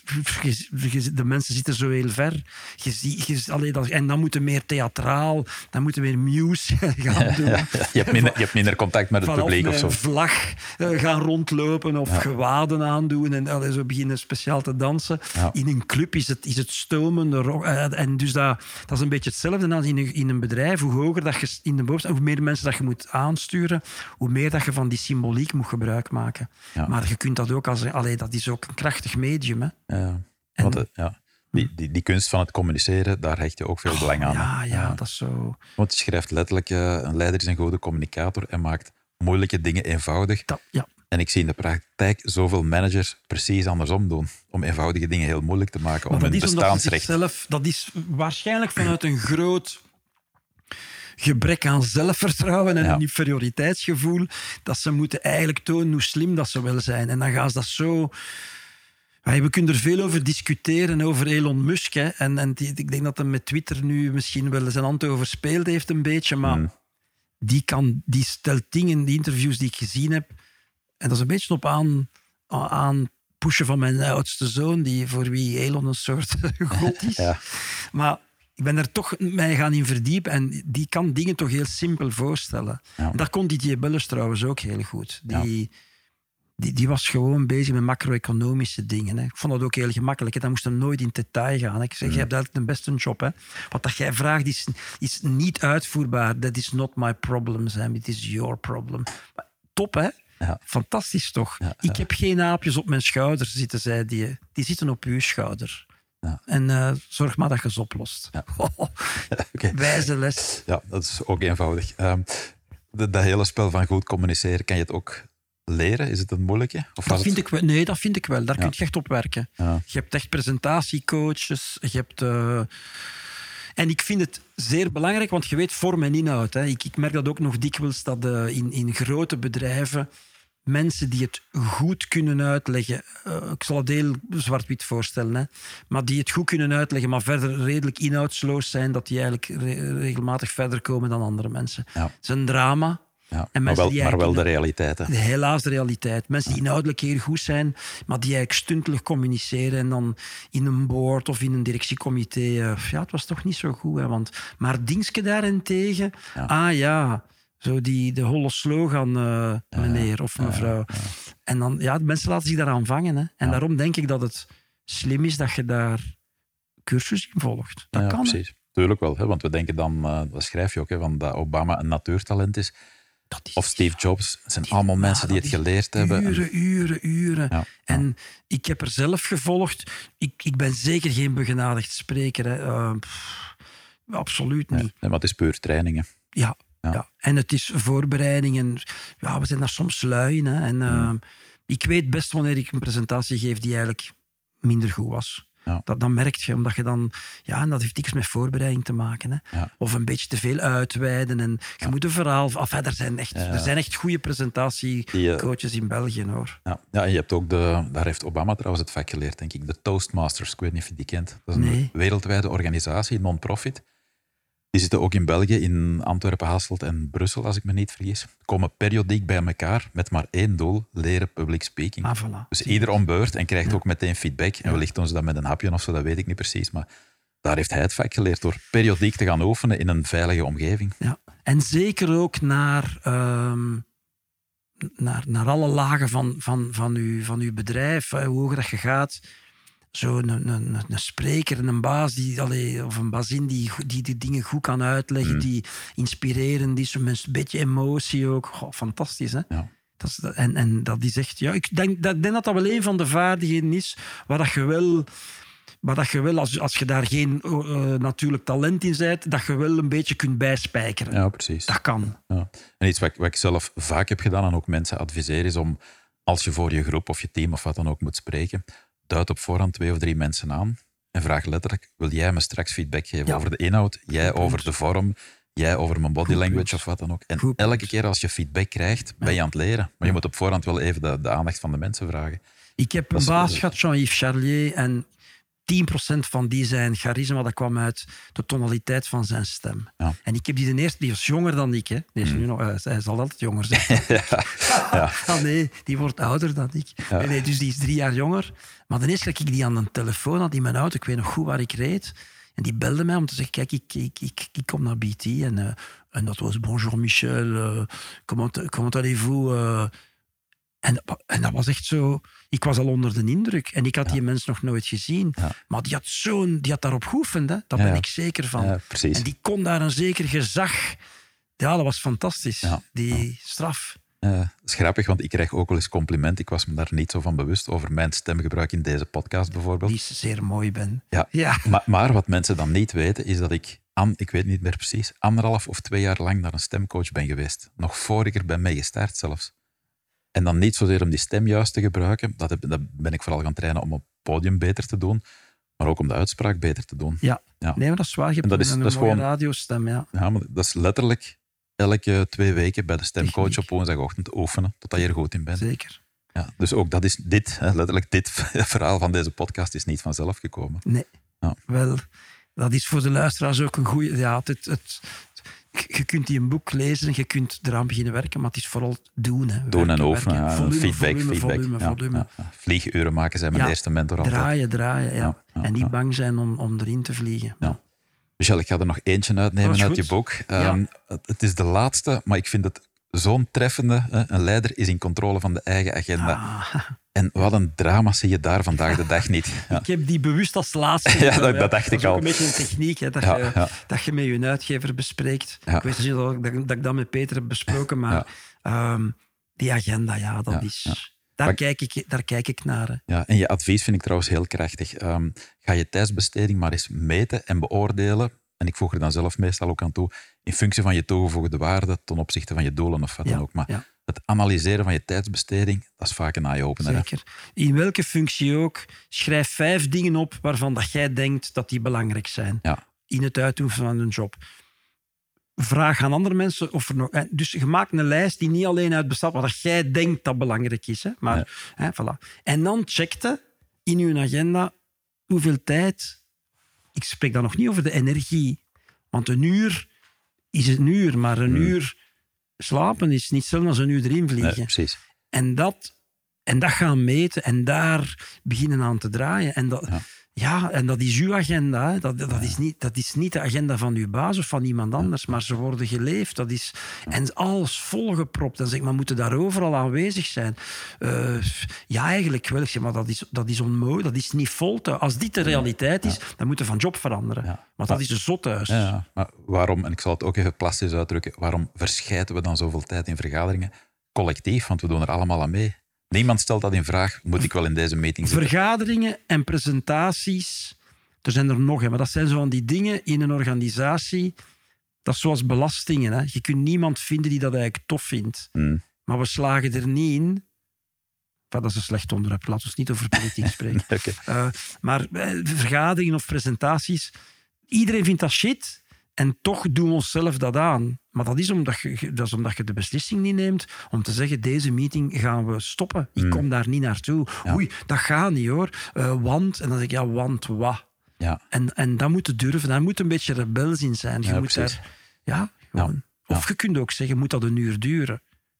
De mensen zitten zo heel ver. Je ziet, je, allee, dat, en dan moeten meer theatraal, dan moeten we meer Muse gaan doen. Ja, je, hebt minder, je hebt minder contact met het Vanaf publiek of zo. Een vlag uh, gaan rondlopen of ja. gewaden aandoen en allee, zo beginnen speciaal te dansen. Ja. In een club is het, is het stomende rock. Uh, en dus dat, dat is een beetje hetzelfde als in een, in een bedrijf. Hoe hoger dat je in de bovenste, hoe meer mensen dat je moet aansturen, hoe meer dat je van die symboliek moet gebruik maken. Ja. Maar je kunt dat ook als... Allee, dat is ook een krachtig medium. Hè? Ja, want het, ja. Die, die, die kunst van het communiceren, daar hecht je ook veel oh, belang aan. Ja, ja, ja, dat is zo... Want je schrijft letterlijk, uh, een leider is een goede communicator en maakt moeilijke dingen eenvoudig. Dat, ja. En ik zie in de praktijk zoveel managers precies andersom doen. Om eenvoudige dingen heel moeilijk te maken. Maar om hun bestaansrecht... Zelf, dat is waarschijnlijk vanuit een groot... gebrek aan zelfvertrouwen en ja. een inferioriteitsgevoel, dat ze moeten eigenlijk tonen hoe slim dat ze wel zijn. En dan gaan ze dat zo... We kunnen er veel over discussiëren, over Elon Musk. Hè. En, en die, ik denk dat hij met Twitter nu misschien wel zijn hand overspeeld heeft een beetje, maar mm. die, kan, die stelt dingen, die interviews die ik gezien heb, en dat is een beetje op aan, aan pushen van mijn oudste zoon, die, voor wie Elon een soort god is. Ja. Maar ik ben er toch mij gaan in verdiepen en die kan dingen toch heel simpel voorstellen. Ja. En daar kon Didier Bellers trouwens ook heel goed. Die, ja. die, die was gewoon bezig met macro-economische dingen. Hè. Ik vond dat ook heel gemakkelijk. Hè. Dan moest hem nooit in detail gaan. Hè. Ik zeg, mm. je hebt altijd een beste job. Hè. Wat dat jij vraagt is, is niet uitvoerbaar. That is not my problem, Sam. It is your problem. Maar top, hè? Ja. Fantastisch toch? Ja, ja. Ik heb geen aapjes op mijn schouder zitten, zei die. Die zitten op uw schouder. Ja. En uh, zorg maar dat je ze oplost. Ja. Oh, okay. Wijze les. Ja, dat is ook eenvoudig. Um, de, dat hele spel van goed communiceren, kan je het ook leren? Is het een moeilijke? Of dat vind het... ik wel, nee, dat vind ik wel. Daar ja. kun je echt op werken. Ja. Je hebt echt presentatiecoaches. Je hebt... Uh... En ik vind het zeer belangrijk, want je weet vorm en inhoud. Hè. Ik, ik merk dat ook nog dikwijls, dat uh, in, in grote bedrijven... mensen die het goed kunnen uitleggen, uh, ik zal het heel zwart-wit voorstellen, hè, maar die het goed kunnen uitleggen, maar verder redelijk inhoudsloos zijn, dat die eigenlijk re- regelmatig verder komen dan andere mensen. Ja. Het is een drama. Ja, en maar, wel, die maar wel de realiteit. Hè? Helaas de realiteit. Mensen die inhoudelijk heel goed zijn, maar die eigenlijk stuntelig communiceren en dan in een board of in een directiecomité, uh, ja, het was toch niet zo goed. Hè, want, maar Dingske daarentegen, ja. ah ja... Zo die, de holle slogan, uh, meneer of mevrouw. Ja, ja, ja. En dan, ja, de mensen laten zich daaraan vangen. Hè. En ja. daarom denk ik dat het slim is dat je daar cursus in volgt. Dat ja, kan. Precies. Tuurlijk wel. Hè, want we denken dan, uh, dat schrijf je ook, hè, van dat Obama een natuurtalent is. Dat is of Steve Jobs. Het zijn die, allemaal mensen die het geleerd hebben. Uren, uren, uren. Ja, en ja. ik heb er zelf gevolgd. Ik, ik ben zeker geen begenadigd spreker. Hè. Uh, pff, absoluut niet. Nee, maar het is puur trainingen. Ja. Ja. Ja, en het is voorbereiding en ja, we zijn daar soms lui in. Hè. En, uh, mm. Ik weet best wanneer ik een presentatie geef die eigenlijk minder goed was. Ja. Dat, dat merk je, omdat je dan... Ja, en dat heeft niks met voorbereiding te maken. Hè. Ja. Of een beetje te veel uitweiden. En je ja. moet een verhaal... Enfin, er, zijn echt, ja. er zijn echt goede presentatiecoaches in België, hoor. Ja. ja, en je hebt ook de... Daar heeft Obama trouwens het vak geleerd, denk ik. De Toastmasters, ik weet niet of je die kent. Dat is een nee. wereldwijde organisatie, non-profit. Die zitten ook in België, in Antwerpen, Hasselt en Brussel, als ik me niet vergis. Komen periodiek bij elkaar met maar één doel, leren public speaking. Ah, voilà. Dus ieder om beurt en krijgt ja. ook meteen feedback. En wellicht doen ze dat met een hapje of zo, dat weet ik niet precies. Maar daar heeft hij het vak geleerd door periodiek te gaan oefenen in een veilige omgeving. Ja. En zeker ook naar, um, naar, naar alle lagen van, van, van, uw, van uw bedrijf, hoe hoger dat je gaat... Zo'n een, een, een spreker, een baas die, allee, of een bazin die, die die dingen goed kan uitleggen, mm. die inspireren, die zo'n een beetje emotie ook. Goh, fantastisch, hè? Ja. Dat is, en, en dat is echt... Ja, ik denk dat, denk dat dat wel een van de vaardigheden is waar dat je wel... Maar dat je wel, als, als je daar geen uh, natuurlijk talent in bent, dat je wel een beetje kunt bijspijkeren. Ja, precies. Dat kan. Ja. En iets wat, wat ik zelf vaak heb gedaan en ook mensen adviseer is om, als je voor je groep of je team of wat dan ook moet spreken, duid op voorhand twee of drie mensen aan en vraag letterlijk, wil jij me straks feedback geven ja. over de inhoud, jij Goed over punt. de vorm, jij over mijn body Goed language punt. of wat dan ook. En Goed elke punt. keer als je feedback krijgt, ben je aan het leren. Maar ja. je moet op voorhand wel even de, de aandacht van de mensen vragen. Ik heb een baas gehad, Jean-Yves Charlier, en tien procent van die zijn charisma, dat kwam uit de tonaliteit van zijn stem. Ja. En ik heb die de eerste, die was jonger dan ik. Hè. Die is mm. nu nog, uh, hij zal altijd jonger zijn. ja. Ja. ah, nee, die wordt ouder dan ik. Ja. Nee, dus die is drie jaar jonger. Maar de eerste keer dat ik die aan een telefoon had in mijn auto, ik weet nog goed waar ik reed, en die belde mij om te zeggen, kijk, ik, ik, ik, ik kom naar B T. En, uh, en dat was, bonjour Michel, uh, comment, comment allez-vous? Uh, En, en dat was echt zo... Ik was al onder de indruk. En ik had ja. die mens nog nooit gezien. Ja. Maar die had, zo'n, die had daarop geoefend. Hè. Daar ja. ben ik zeker van. Ja, precies. En die kon daar een zeker gezag... Ja, dat was fantastisch. Ja. Die ja. straf. Uh, dat is grappig, want ik krijg ook wel eens compliment. Ik was me daar niet zo van bewust over mijn stemgebruik in deze podcast bijvoorbeeld. Die zeer mooi ben. Ja, ja. Maar, maar wat mensen dan niet weten, is dat ik... An, ik weet niet meer precies, anderhalf of twee jaar lang naar een stemcoach ben geweest. Nog voor ik er ben mee gestart zelfs. En dan niet zozeer om die stem juist te gebruiken. Dat, heb, dat ben ik vooral gaan trainen om op het podium beter te doen. Maar ook om de uitspraak beter te doen. Ja, ja. Nee, maar dat is waar. Je hebt dat is, een dat mooie gewoon, radiostem, ja. Ja, maar dat is letterlijk elke twee weken bij de stemcoach Techniek. op woensdagochtend oefenen, totdat je er goed in bent. Zeker. Ja, dus ook dat is dit, hè, letterlijk dit verhaal van deze podcast is niet vanzelf gekomen. Nee, ja. Wel, dat is voor de luisteraars ook een goede... Ja, het... het Je kunt die een boek lezen en je kunt eraan beginnen werken, maar het is vooral doen. Hè. Doen werken, en oefenen. Ja, volume, feedback, volume, feedback. Volume, ja, volume. Ja, ja. Vlieguren maken zijn mijn ja, eerste mentor altijd. Draaien, draaien. Ja. Ja, ja, en niet ja. bang zijn om, om erin te vliegen. Ja. Michel, ik ga er nog eentje uitnemen uit je boek. Ja. Um, het, het is de laatste, maar ik vind het zo'n treffende. Hè. Een leider is in controle van de eigen agenda. Ah. En wat een drama zie je daar vandaag de dag niet. Ja. Ik heb die bewust als laatste. ja, dat, dat dacht dat ik al. Dat is ook een beetje een techniek, hè, dat, ja, je, ja. dat je met je uitgever bespreekt. Ja. Ik weet niet dat, dat, dat ik dat met Peter heb besproken, maar ja. um, die agenda, ja, dat ja, is... Ja. Daar, maar, kijk ik, daar kijk ik naar. Hè. Ja, en je advies vind ik trouwens heel krachtig. Um, ga je tijdsbesteding maar eens meten en beoordelen. En ik voeg er dan zelf meestal ook aan toe. In functie van je toegevoegde waarde ten opzichte van je doelen of wat ja, dan ook. Maar ja. het analyseren van je tijdsbesteding, dat is vaak een eye-opener. Zeker. In welke functie ook, schrijf vijf dingen op waarvan dat jij denkt dat die belangrijk zijn. Ja. In het uitoefenen van een job. Vraag aan andere mensen of er nog... Dus je maakt een lijst die niet alleen uit bestaat wat jij denkt dat belangrijk is. Hè, maar, ja. hè, voilà. En dan checkte in je agenda hoeveel tijd... Ik spreek dan nog niet over de energie. Want een uur is een uur, maar een hmm. uur slapen is niet hetzelfde als een uur erin vliegen. Nee, precies. En dat, en dat gaan meten en daar beginnen aan te draaien. En dat, ja. Ja, en dat is uw agenda. Hè. Dat, dat, ja. is niet, dat is niet de agenda van uw baas of van iemand anders, ja. maar ze worden geleefd. Dat is, ja. En alles volgepropt. En zeg maar, moeten daar overal aanwezig zijn. Uh, ja, eigenlijk wel. Maar dat is, dat is onmogelijk. Dat is niet vol te... Als dit de realiteit is, ja. dan moeten we van job veranderen. Ja. Maar, maar dat is een zothuis. Ja, maar waarom, en ik zal het ook even plastisch uitdrukken, waarom verscheiden we dan zoveel tijd in vergaderingen? Collectief, want we doen er allemaal aan mee. Niemand stelt dat in vraag. Moet ik wel in deze meeting zitten? Vergaderingen en presentaties, er zijn er nog, hè, maar dat zijn zo van die dingen in een organisatie. Dat is zoals belastingen. Hè. Je kunt niemand vinden die dat eigenlijk tof vindt. Hmm. Maar we slagen er niet in Dat is een slecht onderwerp. Laten we niet over politiek spreken. okay. uh, maar uh, vergaderingen of presentaties, iedereen vindt dat shit en toch doen we onszelf dat aan. Maar dat is omdat je, dat is omdat je de beslissing niet neemt om te zeggen, deze meeting gaan we stoppen. Ik mm. kom daar niet naartoe. Ja. Oei, dat gaat niet hoor. Uh, want, en dan zeg ik, ja, want wat? Ja. En, en dat moet je durven. Daar moet een beetje rebels in zijn. Je ja, moet daar, ja, gewoon. Ja. Of ja. je kunt ook zeggen, moet dat een uur duren?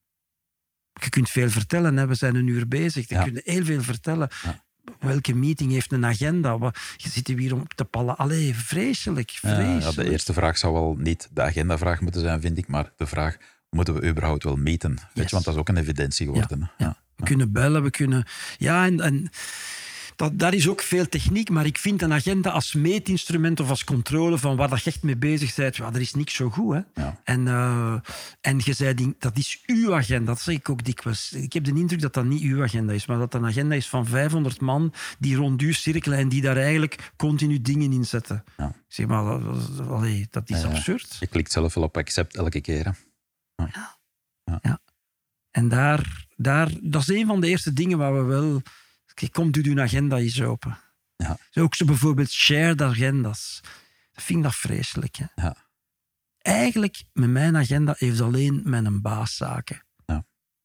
Je kunt veel vertellen, hè. We zijn een uur bezig. Je ja. kunt heel veel vertellen. Ja. Welke meeting heeft een agenda? Je zit hier om te pallen. Allee, vreselijk. vreselijk. Ja, de eerste vraag zou wel niet de agendavraag moeten zijn, vind ik, maar de vraag, moeten we überhaupt wel meten? Yes. Weet je, want dat is ook een evidentie geworden. Ja, ja. We ja. kunnen bellen, we kunnen... Ja, en... en Dat, daar is ook veel techniek, maar ik vind een agenda als meetinstrument of als controle van waar dat je echt mee bezig bent, ja, er is niks zo goed. Hè? Ja. En, uh, en je zei, dat is uw agenda. Dat zeg ik ook dikwijls. Ik heb de indruk dat dat niet uw agenda is, maar dat een agenda is van vijfhonderd man die rond u cirkelen en die daar eigenlijk continu dingen in zetten. Ja. Zeg maar, dat, dat, allee, dat is ja, absurd. Je klikt zelf wel op accept elke keer. Hè? Ja. Ja. Ja. ja. En daar, daar, dat is een van de eerste dingen waar we wel... Kijk, kom, doe je agenda eens open. Ja. Zo ook zo bijvoorbeeld shared agendas. Dat vind ik dat vreselijk. Hè? Ja. Eigenlijk, met mijn agenda heeft alleen mijn baas zaken. Ja.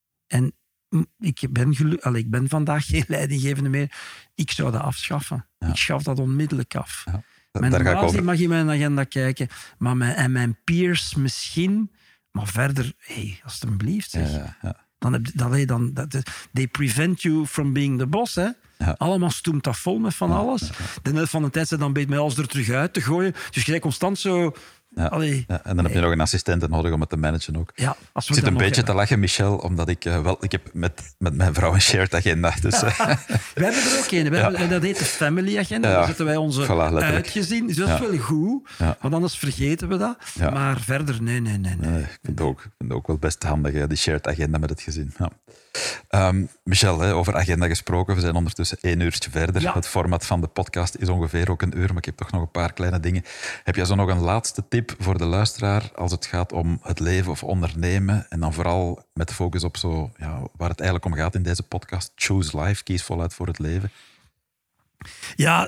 En ik ben, gelu- Allee, ik ben vandaag geen leidinggevende meer. Ik zou dat afschaffen. Ja. Ik schaf dat onmiddellijk af. Ja. Mijn Daar baas over... die mag in mijn agenda kijken, maar mijn, en mijn peers misschien. Maar verder, hey, alstublieft zeg. Ja, ja. Dan heb, dan, dan, dat, they prevent you from being the boss. Hè? Ja. Allemaal stoemt dat vol met van ja, alles. Ja, ja. De helft van de tijd zijn dan beet mij alles er terug uit te gooien. Dus je krijgt constant zo... Ja. Allee, ja, en dan heb je nog een assistent nodig om het te managen ook. Ja, als we ik zit een beetje hebben. te lachen, Michel, omdat ik uh, wel... Ik heb met, met mijn vrouw een shared agenda. Dus, uh. We hebben er ook een. We ja. hebben, dat heet de family agenda. Ja. Daar zetten wij onze voilà, uitgezien. Dus dat is ja. wel goed, ja. want anders vergeten we dat. Ja. Maar verder, nee, nee, nee. nee. nee ik, vind ook, ik vind het ook wel best handig, hè, die shared agenda met het gezin. Ja. Um, Michel, hè, over agenda gesproken, we zijn ondertussen één uurtje verder. Ja. Het format van de podcast is ongeveer ook een uur, maar ik heb toch nog een paar kleine dingen. Heb jij zo nog een laatste tip voor de luisteraar als het gaat om het leven of ondernemen? En dan vooral met focus op zo, ja, waar het eigenlijk om gaat in deze podcast. Choose life, kies voluit voor het leven. Ja,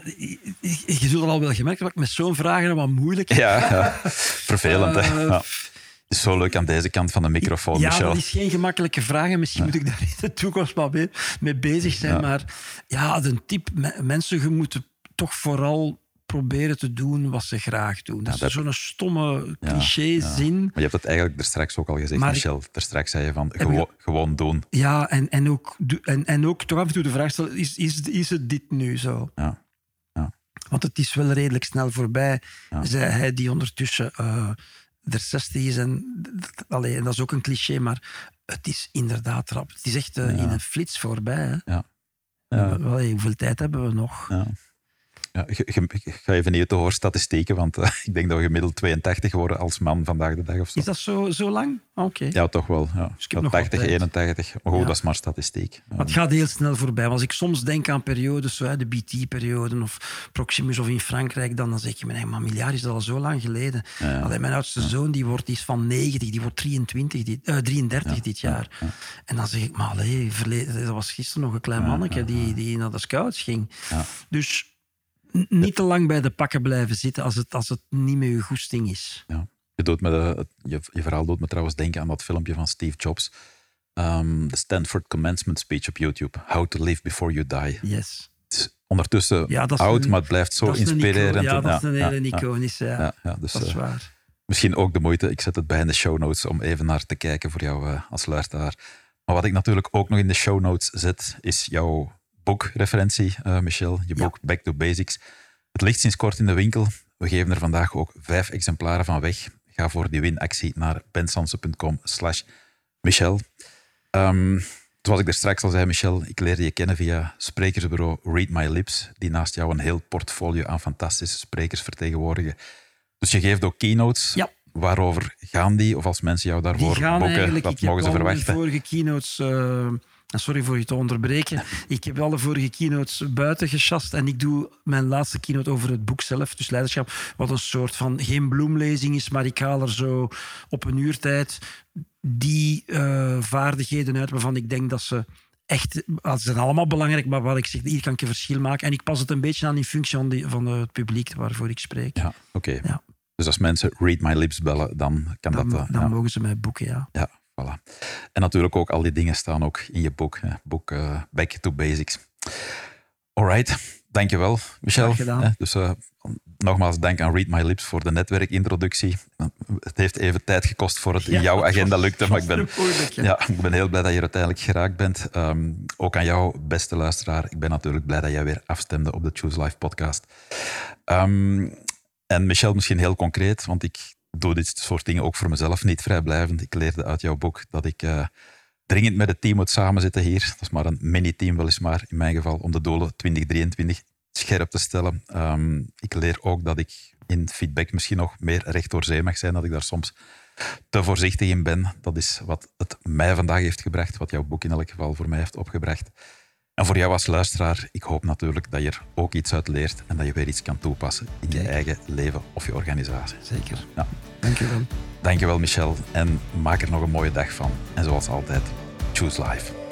je zult al wel gemerkt dat ik met zo'n vragen wat moeilijk heb. Ja, ja. Vervelend, uh, hè? Ja. Het is zo leuk aan deze kant van de microfoon, ja, Michel. Dat is geen gemakkelijke vraag en misschien ja. moet ik daar in de toekomst maar mee, mee bezig zijn. Ja. Maar ja, een tip, mensen moeten toch vooral proberen te doen wat ze graag doen. Dat ja, is dat... zo'n stomme cliché-zin. Ja, ja. Maar je hebt het eigenlijk er straks ook al gezegd, maar Michel. Er straks zei je van, gewo- je... gewoon doen. Ja, en, en, ook, en, en ook toch af en toe de vraag stellen, is, is, is het dit nu zo? Ja. Ja. Want het is wel redelijk snel voorbij, ja. zei hij die ondertussen... Uh, er zestig is en, allee, en dat is ook een cliché, maar het is inderdaad rap. Het is echt uh, ja. in een flits voorbij. Hè? Ja. Ja. Allee, hoeveel tijd hebben we nog? Ja. Ja, ik ga even niet te horen statistieken, want uh, ik denk dat we gemiddeld tweeëntachtig worden als man vandaag de dag of zo. Is dat zo, zo lang? Oké. Okay. Ja, toch wel. Ja. Dus tachtig, eenentachtig. Maar goed, ja. dat is maar statistiek. Maar het gaat heel snel voorbij. Als ik soms denk aan periodes, zo, de B T-periode of Proximus of in Frankrijk, dan, dan zeg je, nee, maar miljard is dat al zo lang geleden. Ja. Allee, mijn oudste ja. zoon die wordt, die is van negentig, die wordt drieëntwintig, dit, uh, drieëndertig ja. dit jaar. Ja. Ja. En dan zeg ik, maar allee, verleden, dat was gisteren nog een klein ja, manneke ja, ja. Die, die naar de scouts ging. Ja. Dus... Niet te lang bij de pakken blijven zitten als het, als het niet meer je goesting is. Ja. Je, doet me de, je, je verhaal doet me trouwens denken aan dat filmpje van Steve Jobs. Um, de Stanford Commencement Speech op YouTube. How to live before you die. Yes. Het is ondertussen ja, oud, een, maar het blijft zo inspirerend. Ja, dat is een hele ja, iconische. Ja. Ja, ja, dus, dat is uh, waar. Misschien ook de moeite. Ik zet het bij in de show notes om even naar te kijken voor jou uh, als luisteraar. Maar wat ik natuurlijk ook nog in de show notes zet, is jouw boekreferentie, uh, Michel. Je boek ja. Back to Basics. Het ligt sinds kort in de winkel. We geven er vandaag ook vijf exemplaren van weg. Ga voor die winactie naar bensansen.com slash Michel. Um, zoals ik er straks al zei, Michel, ik leerde je kennen via sprekersbureau Read My Lips, die naast jou een heel portfolio aan fantastische sprekers vertegenwoordigen. Dus je geeft ook keynotes. Ja. Waarover gaan die? Of als mensen jou daarvoor boeken, wat mogen ze verwachten? De vorige keynotes... Uh... Sorry voor je te onderbreken. Ik heb alle vorige keynotes buiten gechast en ik doe mijn laatste keynote over het boek zelf, dus leiderschap, wat een soort van geen bloemlezing is, maar ik haal er zo op een uur tijd die uh, vaardigheden uit waarvan ik denk dat ze echt, ze zijn allemaal belangrijk, maar wat ik zeg, hier kan ik een verschil maken. En ik pas het een beetje aan in functie van, die, van het publiek waarvoor ik spreek. Ja, oké. Okay. Ja. Dus als mensen Read My Lips bellen, dan kan dan, dat... Uh, dan ja. mogen ze mij boeken, ja. Ja, voilà. En natuurlijk ook al die dingen staan ook in je boek. Hè. Boek uh, Back to Basics. Alright, dankjewel Michel. Gedaan. Dus uh, nogmaals dank aan Read My Lips voor de netwerkintroductie. Het heeft even tijd gekost voor het in ja, jouw agenda lukte, maar ik ben, ja, ik ben heel blij dat je er uiteindelijk geraakt bent. Um, ook aan jou, beste luisteraar. Ik ben natuurlijk blij dat jij weer afstemde op de Choose Life podcast. Um, en Michel, misschien heel concreet, want ik doe dit soort dingen ook voor mezelf niet vrijblijvend. Ik leerde uit jouw boek dat ik uh, dringend met het team moet samenzitten hier. Dat is maar een mini-team weliswaar in mijn geval, om de doelen twintig drieëntwintig scherp te stellen. Um, ik leer ook dat ik in feedback misschien nog meer recht door zee mag zijn, dat ik daar soms te voorzichtig in ben. Dat is wat het mij vandaag heeft gebracht, wat jouw boek in elk geval voor mij heeft opgebracht. En voor jou als luisteraar, ik hoop natuurlijk dat je er ook iets uit leert en dat je weer iets kan toepassen in je Zeker. eigen leven of je organisatie. Zeker. Ja. Dank je wel. Dank je wel, Michel. En maak er nog een mooie dag van. En zoals altijd, choose life.